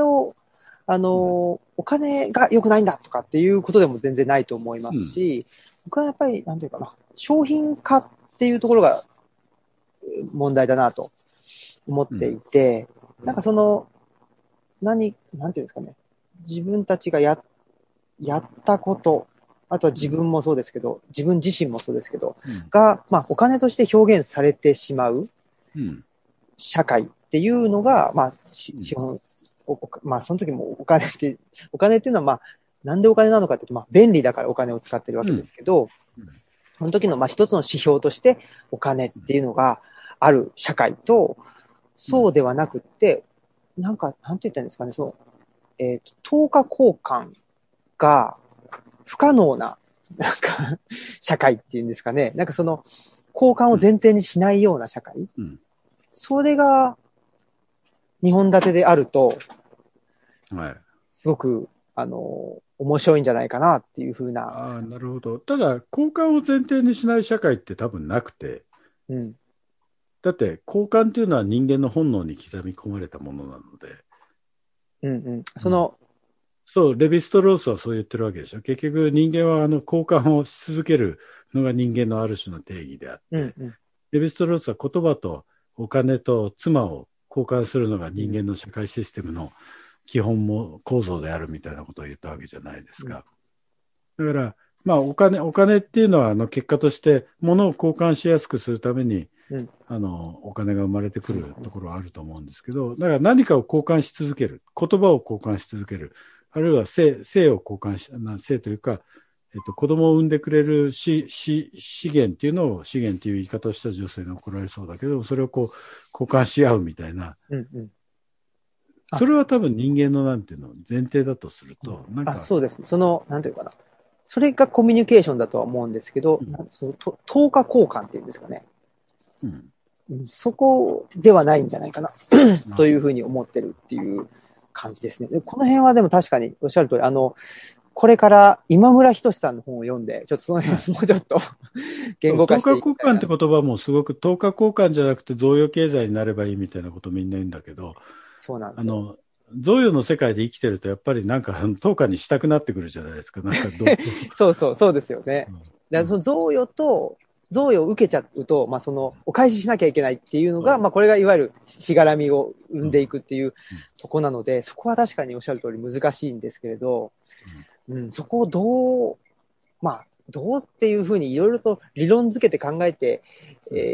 が良くないんだとかっていうことでも全然ないと思いますし、僕はやっぱり、なんていうかな、商品化っていうところが問題だなと思っていて、なんかその、なんていうんですかね、自分たちがやったこと、あとは自分もそうですけど、自分自身もそうですけど、が、まあ、お金として表現されてしまう社会っていうのが、まあ、資本、まあ、その時もお金っていうのは、まあ、なんでお金なのかっていうと、まあ、便利だからお金を使ってるわけですけど、その時の、まあ、一つの指標としてお金っていうのがある社会と、そうではなくって、なんか、なんて言ったらいいんですかね、そう、等価交換が不可能な、なんか、社会っていうんですかね。なんかその、交換を前提にしないような社会。それが、日本立てであると、すごく、面白いんじゃないかなっていうふうな。 なるほど。ただ、交換を前提にしない社会って多分なくて、だって、交換っていうのは人間の本能に刻み込まれたものなので。そう、レヴィストロースはそう言ってるわけでしょ。結局、人間は交換をし続けるのが人間のある種の定義であって、レヴィストロースは言葉とお金と妻を交換するのが人間の社会システムの基本構造であるみたいなことを言ったわけじゃないですか。だから、まあ、お金っていうのは結果として物を交換しやすくするために、お金が生まれてくるところはあると思うんですけど、だから何かを交換し続ける、言葉を交換し続ける、あるいは性を交換性というか、子供を産んでくれる資源っていうのを資源っていう言い方をした女性に怒られそうだけど、それをこう交換し合うみたいな、それは多分人間のなんていうの前提だとすると、なんかそうですね。なんていうかな。それがコミュニケーションだとは思うんですけど、等価交換っていうんですかね。そこではないんじゃないかなというふうに思ってるっていう感じですね。この辺はでも確かにおっしゃる通り、これから今村仁さんの本を読んで、ちょっとその辺もうちょっと言語化していきたいな。 等価交換って言葉もすごく等価交換じゃなくて贈与経済になればいいみたいなことみんな言うんだけど、 そうなんですよ。 贈与の世界で生きてるとやっぱりなんか等価にしたくなってくるじゃないですか。なんかそうですよね。その贈与を受けちゃうと、まあ、お返ししなきゃいけないっていうのが、まあ、これがいわゆるしがらみを生んでいくっていうとこなので、そこは確かにおっしゃる通り難しいんですけれど、そこをどうっていうふうにいろいろと理論づけて考えていっ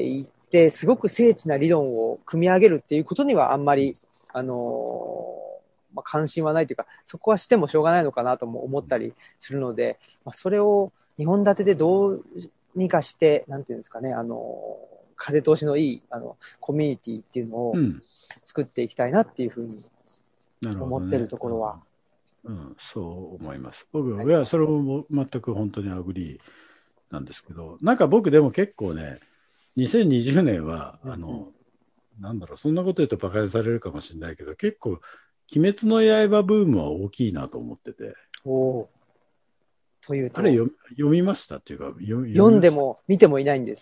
ってすごく精緻な理論を組み上げるっていうことにはあんまり、関心はないというか、そこはしてもしょうがないのかなとも思ったりするので、それを2本立てでどうにかして、なんていうんですかね、風通しのいい、コミュニティっていうのを作っていきたいなっていうふうに思ってるところは。 そう思います。僕は、いや、それも全く本当にアグリーなんですけど、なんか僕でも結構ね、2020年は、なんだろう、そんなこと言うと馬鹿にされるかもしれないけど、結構、鬼滅の刃ブームは大きいなと思ってて。 というと。 あれ読みましたっていうか、 読んでも見てもいないんです。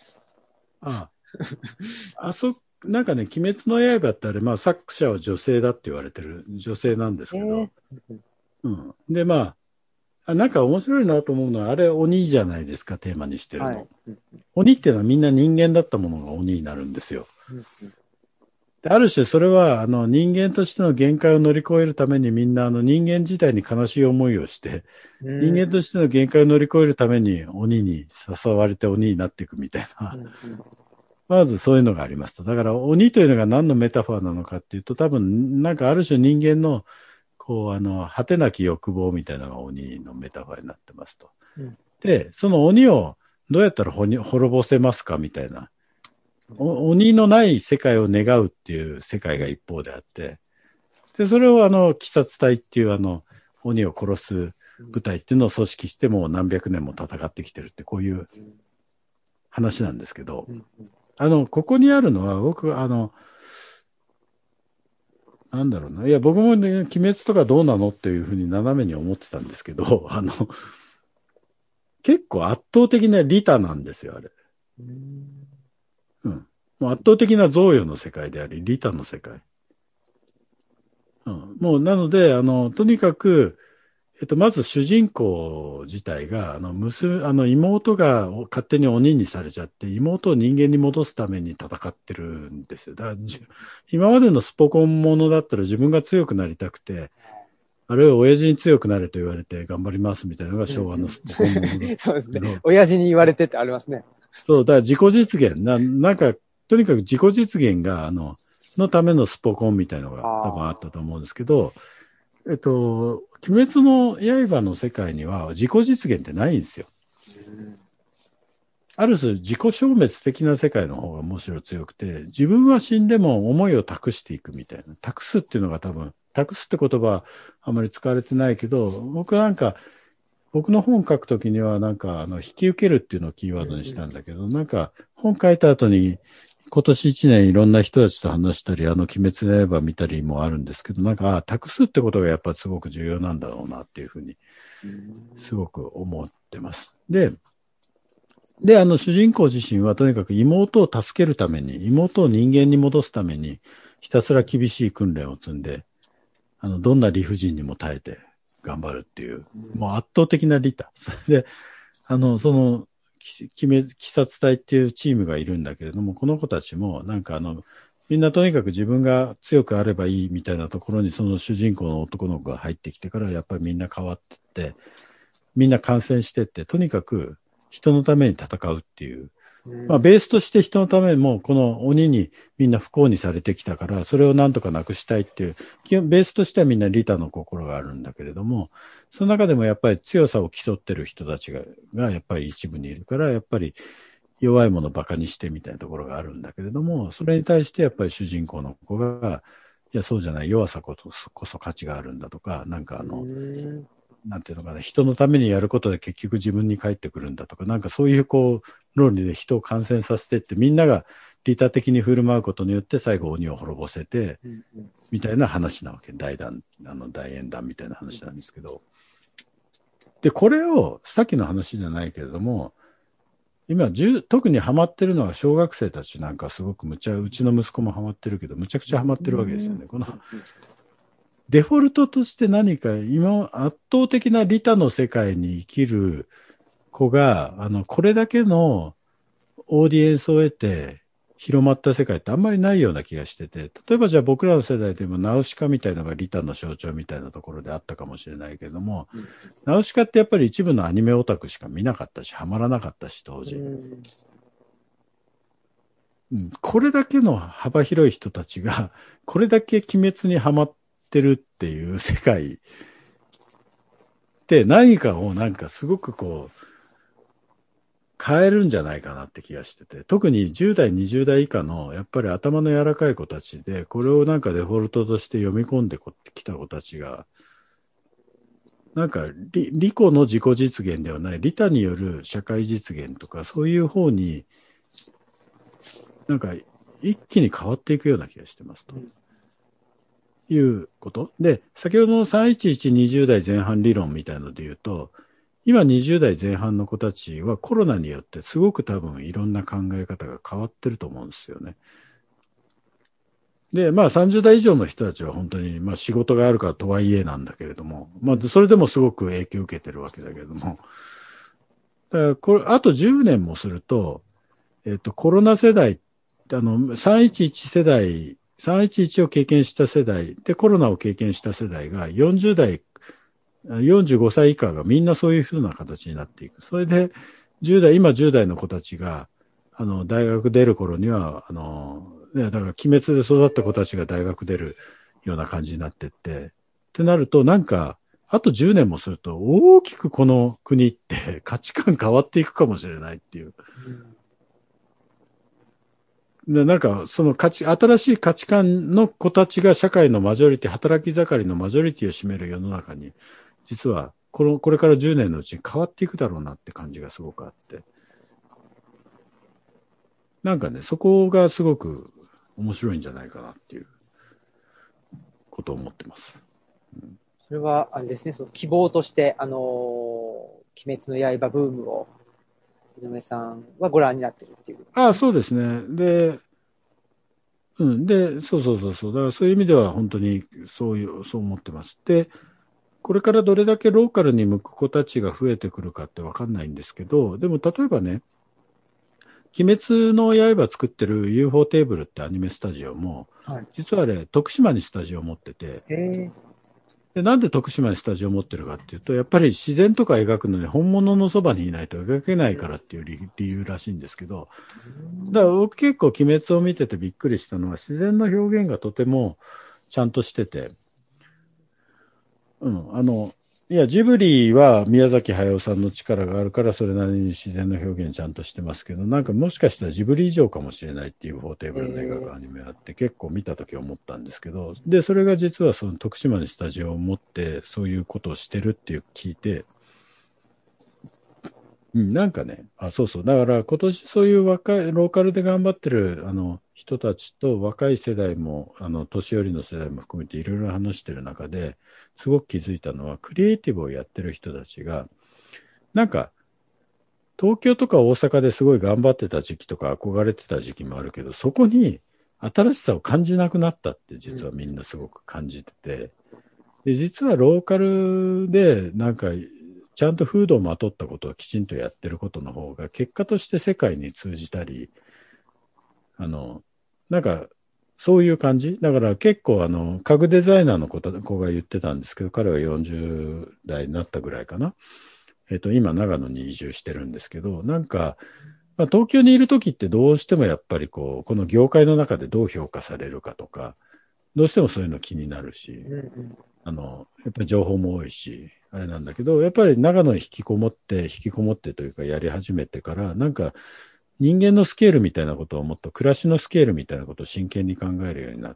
なんかね、鬼滅の刃ってあれ、作者は女性だって言われてる女性なんですけど、で、なんか面白いなと思うのは、あれ鬼じゃないですか、テーマにしてるの。鬼っていうのはみんな人間だったものが鬼になるんですよ。である種それは人間としての限界を乗り越えるためにみんな人間自体に悲しい思いをして、人間としての限界を乗り越えるために鬼に誘われて鬼になっていくみたいな。まずそういうのがありますと。だから鬼というのが何のメタファーなのかっていうと、多分なんかある種人間の果てなき欲望みたいなのが鬼のメタファーになってますと。で、その鬼をどうやったら滅ぼせますかみたいな。鬼のない世界を願うっていう世界が一方であって、で、それを鬼殺隊っていう鬼を殺す部隊っていうのを組織しても何百年も戦ってきてるって、こういう話なんですけど、ここにあるのは、僕、なんだろうな。いや、僕もね、鬼滅とかどうなのっていうふうに斜めに思ってたんですけど、結構圧倒的な利他なんですよ、あれ。もう圧倒的な贈与の世界であり、利他の世界。もう、なので、とにかく、まず主人公自体が、妹が勝手に鬼にされちゃって、妹を人間に戻すために戦ってるんですよ。だから今までのスポコンものだったら自分が強くなりたくて、あるいは親父に強くなれと言われて頑張りますみたいなのが昭和のスポコンものだそうですね。親父に言われてってありますね。 そう、だから自己実現。なんか、とにかく自己実現が、のためのスポコンみたいなのが多分あったと思うんですけど、鬼滅の刃の世界には自己実現ってないんですよ。ある種自己消滅的な世界の方がむしろ強くて、自分は死んでも思いを託していくみたいな。託すっていうのが多分、託すって言葉はあまり使われてないけど、僕の本書くときには引き受けるっていうのをキーワードにしたんだけど、本書いた後に今年1年いろんな人たちと話したり、鬼滅の刃見たりもあるんですけど、託すってことがやっぱすごく重要なんだろうなっていうふうに、すごく思ってます。で、主人公自身はとにかく妹を助けるために、妹を人間に戻すために、ひたすら厳しい訓練を積んで、どんな理不尽にも耐えて頑張るっていう、もう圧倒的な利他。それで、鬼殺隊っていうチームがいるんだけれども、この子たちも、みんなとにかく自分が強くあればいいみたいなところに、その主人公の男の子が入ってきてから、やっぱりみんな変わってって、みんな感染してって、とにかく人のために戦うっていう。ベースとして人のためも、この鬼にみんな不幸にされてきたから、それをなんとかなくしたいっていう、ベースとしてはみんな利他の心があるんだけれども、その中でもやっぱり強さを競ってる人たちがやっぱり一部にいるから、やっぱり弱いものを馬鹿にしてみたいなところがあるんだけれども、それに対してやっぱり主人公の子が、いや、そうじゃない、弱さこそ価値があるんだとか、なんていうのかな、人のためにやることで結局自分に返ってくるんだとか、そういう論理で人を感染させてって、みんなが利他的に振る舞うことによって最後鬼を滅ぼせて、みたいな話なわけ。大演談みたいな話なんですけど。で、これを、さっきの話じゃないけれども、今、特にハマってるのは小学生たちすごくうちの息子もハマってるけど、むちゃくちゃハマってるわけですよね。このデフォルトとして何か今圧倒的な利他の世界に生きる子が、これだけのオーディエンスを得て広まった世界ってあんまりないような気がしてて、例えばじゃあ僕らの世代でもナウシカみたいなのが利他の象徴みたいなところであったかもしれないけれども、ナウシカってやっぱり一部のアニメオタクしか見なかったし、ハマらなかったし、当時。 これだけの幅広い人たちが、これだけ鬼滅にハマってるっていう世界って何かをなんかすごくこう、変えるんじゃないかなって気がしてて、特に10代、20代以下のやっぱり頭の柔らかい子たちで、これをなんかデフォルトとして読み込んできた子たちが、なんか利己の自己実現ではない、利他による社会実現とか、そういう方に、なんか一気に変わっていくような気がしてますと。いうことで、先ほどの311、20代前半理論みたいので言うと、今20代前半の子たちはコロナによってすごく多分いろんな考え方が変わってると思うんですよね。で、まあ30代以上の人たちは本当に、まあ仕事があるからとはいえなんだけれども、まあそれでもすごく影響を受けてるわけだけれども、だからこれ、あと10年もすると、コロナ世代、311世代、311を経験した世代でコロナを経験した世代が40代、45歳以下がみんなそういうふうな形になっていく。それで、今10代の子たちが、大学出る頃には、だから、鬼滅で育った子たちが大学出るような感じになってって、ってなると、なんか、あと10年もすると、大きくこの国って価値観変わっていくかもしれないっていう。でなんか、その新しい価値観の子たちが社会のマジョリティ、働き盛りのマジョリティを占める世の中に、実はこれから10年のうちに変わっていくだろうなって感じがすごくあって。なんかね、そこがすごく面白いんじゃないかなっていうことを思ってます。 それは、あれですね、その希望として、鬼滅の刃ブームを、井上さんはご覧になってるっていう。 ああ、そうですね。で、そうそうそうそう。だからそういう意味では本当にそう思ってます。で、これからどれだけローカルに向く子たちが増えてくるかってわかんないんですけど、でも例えばね、鬼滅の刃作ってる UFO テーブルってアニメスタジオも、はい、実はあれ、徳島にスタジオを持ってて、で、なんで徳島にスタジオを持ってるかっていうと、やっぱり自然とか描くのに本物のそばにいないと描けないからっていう理由らしいんですけど、だから僕結構鬼滅を見ててびっくりしたのは、自然の表現がとてもちゃんとしてて、いや、ジブリは宮崎駿さんの力があるから、それなりに自然の表現ちゃんとしてますけど、なんかもしかしたらジブリ以上かもしれないっていうフォーテーブルの描くアニメがあって、結構見たとき思ったんですけど、で、それが実はその徳島にスタジオを持って、そういうことをしてるっていう聞いて、なんかね、そうそう。だから今年そういうローカルで頑張ってる人たちと若い世代も、年寄りの世代も含めていろいろ話してる中ですごく気づいたのは、クリエイティブをやってる人たちが、なんか、東京とか大阪ですごい頑張ってた時期とか憧れてた時期もあるけど、そこに新しさを感じなくなったって実はみんなすごく感じてて、で実はローカルでなんか、ちゃんとフードをまとったことをきちんとやってることの方が結果として世界に通じたり、なんかそういう感じだから結構家具デザイナーの子が言ってたんですけど、彼は40代になったぐらいかな。今長野に移住してるんですけど、なんか、まあ、東京にいる時ってどうしてもやっぱりこの業界の中でどう評価されるかとか、どうしてもそういうの気になるし、やっぱり情報も多いし、あれなんだけど、やっぱり長野に引きこもってというかやり始めてから、なんか人間のスケールみたいなことをもっと暮らしのスケールみたいなことを真剣に考えるようになって、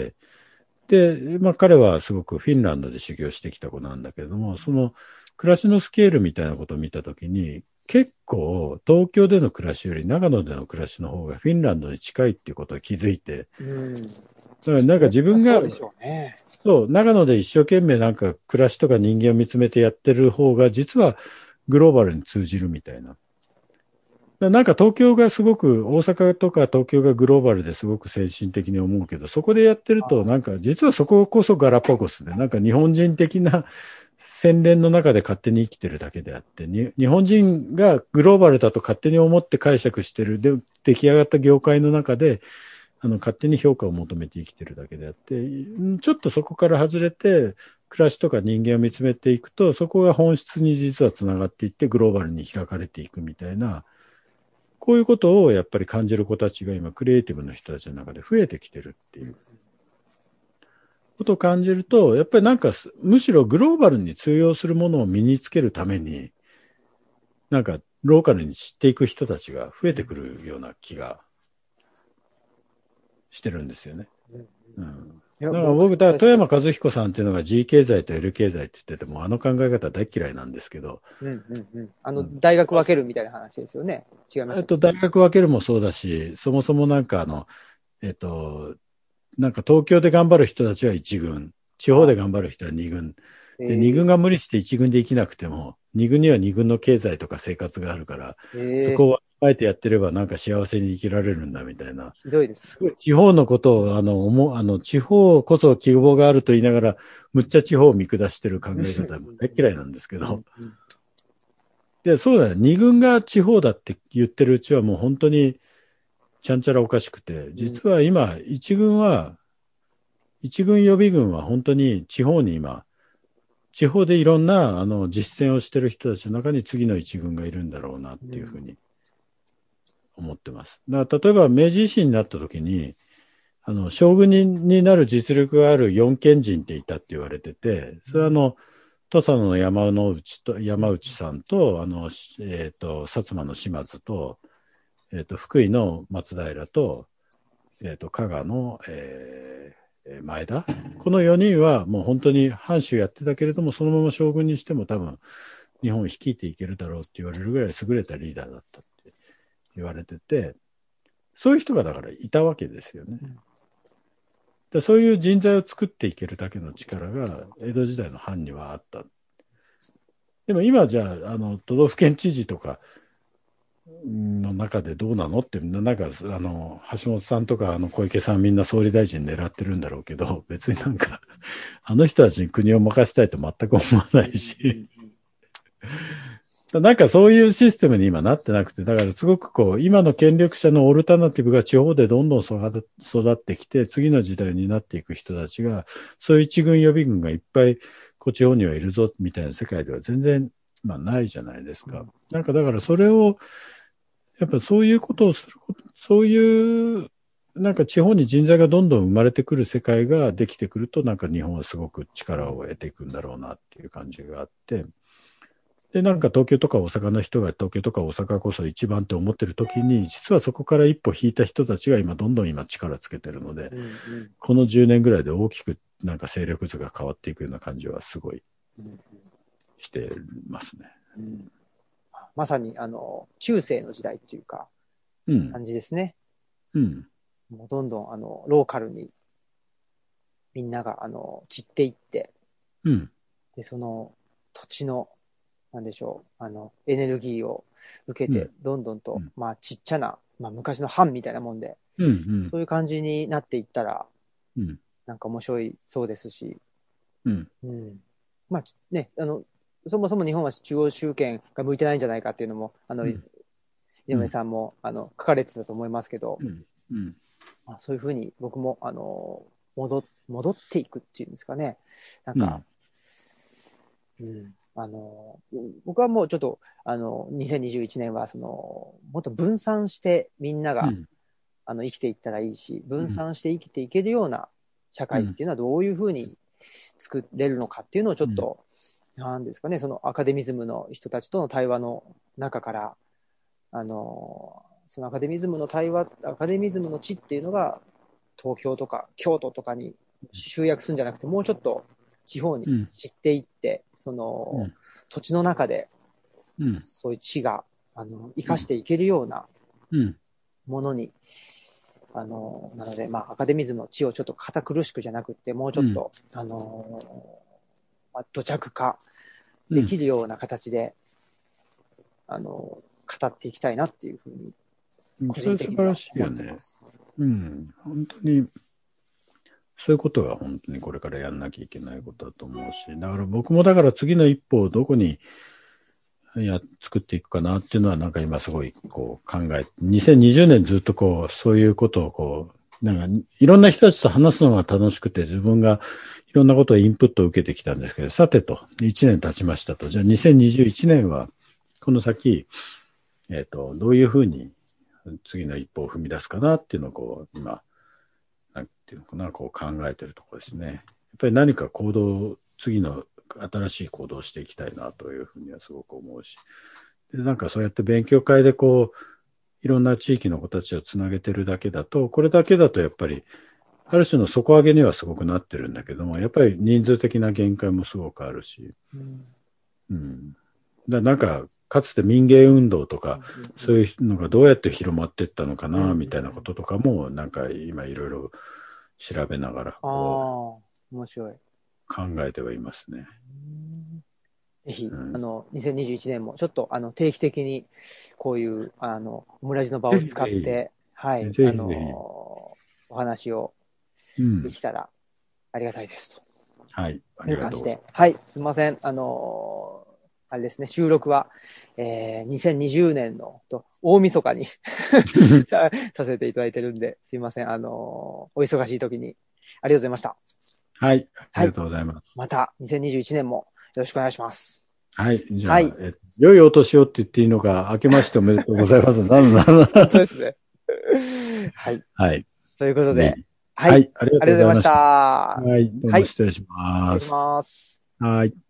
で、まあ彼はすごくフィンランドで修行してきた子なんだけれども、その暮らしのスケールみたいなことを見たときに、結構東京での暮らしより長野での暮らしの方がフィンランドに近いっていうことを気づいて、だからなんか自分が、そう、長野で一生懸命なんか暮らしとか人間を見つめてやってる方が実はグローバルに通じるみたいな。なんか東京がすごく、大阪とか東京がグローバルですごく先進的に思うけど、そこでやってるとなんか実はそここそガラパゴスで、なんか日本人的な洗練の中で勝手に生きてるだけであって、日本人がグローバルだと勝手に思って解釈してる、で、出来上がった業界の中で、勝手に評価を求めて生きてるだけであって、ちょっとそこから外れて、暮らしとか人間を見つめていくと、そこが本質に実はつながっていって、グローバルに開かれていくみたいな、 こういうことをやっぱり感じる子たちが今、クリエイティブの人たちの中で増えてきてるっていうことを感じると、やっぱりなんか、むしろグローバルに通用するものを身につけるために、なんか、ローカルに知っていく人たちが増えてくるような気がしてるんですよね。うん。だから僕、富山和彦さんっていうのが G 経済と L 経済って言ってても、あの考え方大嫌いなんですけど。 大学分けるみたいな話ですよね。違いますか？ 大学分けるもそうだし、そもそもなんかなんか東京で頑張る人たちは1軍、地方で頑張る人は2軍。で、2軍が無理して1軍で生きなくても、2軍には2軍の経済とか生活があるから、そこをあえてやってればなんか幸せに生きられるんだみたいな。 ひどいです。 すごい地方のことを、地方こそ希望があると言いながら、むっちゃ地方を見下してる考え方も大嫌いなんですけど。で、そうだね。2軍が地方だって言ってるうちはもう本当にちゃんちゃらおかしくて、実は今、1軍予備軍は本当に地方に今、地方でいろんな実践をしてる人たちの中に次の1軍がいるんだろうなっていうふうに思ってます。だから例えば明治維新になった時に、将軍になる実力がある四賢人っていたって言われてて、それは土佐の山内さんと、薩摩の島津と、福井の松平と、加賀の、前田。この4人はもう本当に藩主やってたけれども、そのまま将軍にしても多分日本を率いていけるだろうって言われるぐらい優れたリーダーだったって言われてて、そういう人がだからいたわけですよね。でそういう人材を作っていけるだけの力が江戸時代の藩にはあった。でも今じゃあ、都道府県知事とかの中でどうなのって、なんか、橋本さんとか小池さんみんな総理大臣狙ってるんだろうけど、別になんか、あの人たちに国を任せたいと全く思わないし、なんかそういうシステムに今なってなくて、だからすごくこう、今の権力者のオルタナティブが地方でどんどん育ってきて、次の時代になっていく人たちが、そういう一軍予備軍がいっぱい、こう地方にはいるぞ、みたいな世界では全然、まあないじゃないですか。なんかだからそれを、やっぱそういうことをすること、そういう、なんか地方に人材がどんどん生まれてくる世界ができてくると、なんか日本はすごく力を得ていくんだろうなっていう感じがあって、で、なんか東京とか大阪の人が東京とか大阪こそ一番って思ってる時に、実はそこから一歩引いた人たちがどんどん今力つけてるので、この10年ぐらいで大きくなんか勢力図が変わっていくような感じはすごいしてますね。 まさに、中世の時代っていうか、感じですね。もうどんどん、ローカルに、みんなが、散っていって、で、その土地の、なんでしょう、エネルギーを受けて、どんどんと、まあ、ちっちゃな、まあ、昔の藩みたいなもんで、そういう感じになっていったら、なんか面白いそうですし、まあ、ね、そもそも日本は中央集権が向いてないんじゃないかっていうのも、井上さんも、書かれてたと思いますけど、まあ、そういうふうに僕も、戻っていくっていうんですかね。なんか、僕はもうちょっと、2021年は、もっと分散してみんなが、生きていったらいいし、分散して生きていけるような社会っていうのはどういうふうに作れるのかっていうのをちょっと、なんですかね、そのアカデミズムの人たちとの対話の中から、そのアカデミズムの地っていうのが、東京とか京都とかに集約するんじゃなくて、もうちょっと地方に散っていって、その土地の中で、そういう地が生かしていけるようなものに、なので、まあ、アカデミズムの地をちょっと堅苦しくじゃなくて、もうちょっと、土着化できるような形で、語っていきたいなっていうふうに、 個人的には思ってます。本当に、そういうことが本当にこれからやんなきゃいけないことだと思うし、だから僕もだから次の一歩をどこに作っていくかなっていうのはなんか今すごいこう考え、2020年ずっとこう、そういうことをこう、なんかいろんな人たちと話すのが楽しくて自分がいろんなことをインプットを受けてきたんですけど、さてと、1年経ちましたと、じゃあ2021年はこの先、どういうふうに次の一歩を踏み出すかなっていうのをこう、今、なんていうのかな、こう考えてるところですね。やっぱり何か次の新しい行動をしていきたいなというふうにはすごく思うし。で、なんかそうやって勉強会でこう、いろんな地域の子たちをつなげてるだけだと、これだけだとやっぱり、ある種の底上げにはすごくなってるんだけども、やっぱり人数的な限界もすごくあるし。うん。なんか、かつて民芸運動とか、そういうのがどうやって広まっていったのかな、みたいなこととかも、なんか今いろいろ調べながら、 面白い。 考えてはいますね。 ぜひ、2021年もちょっと、定期的に、こういう、オムラジの場を使って、はい、 ぜひぜひお話をできたらありがたいですと。 はい。 という感じで。はい。すみません。あれですね、収録は、2020年の大晦日にさせていただいてるんで、すいません。お忙しい時にありがとうございました。 はい。ありがとうございます。 また2021年もよろしくお願いします。 はい。じゃあ、良いお年をって言っていいのか、明けましておめでとうございます。 本当ですね。はい。 はい。 ということで、 はい。ありがとうございました。 はい。 どうも失礼します。 失礼します。 はい。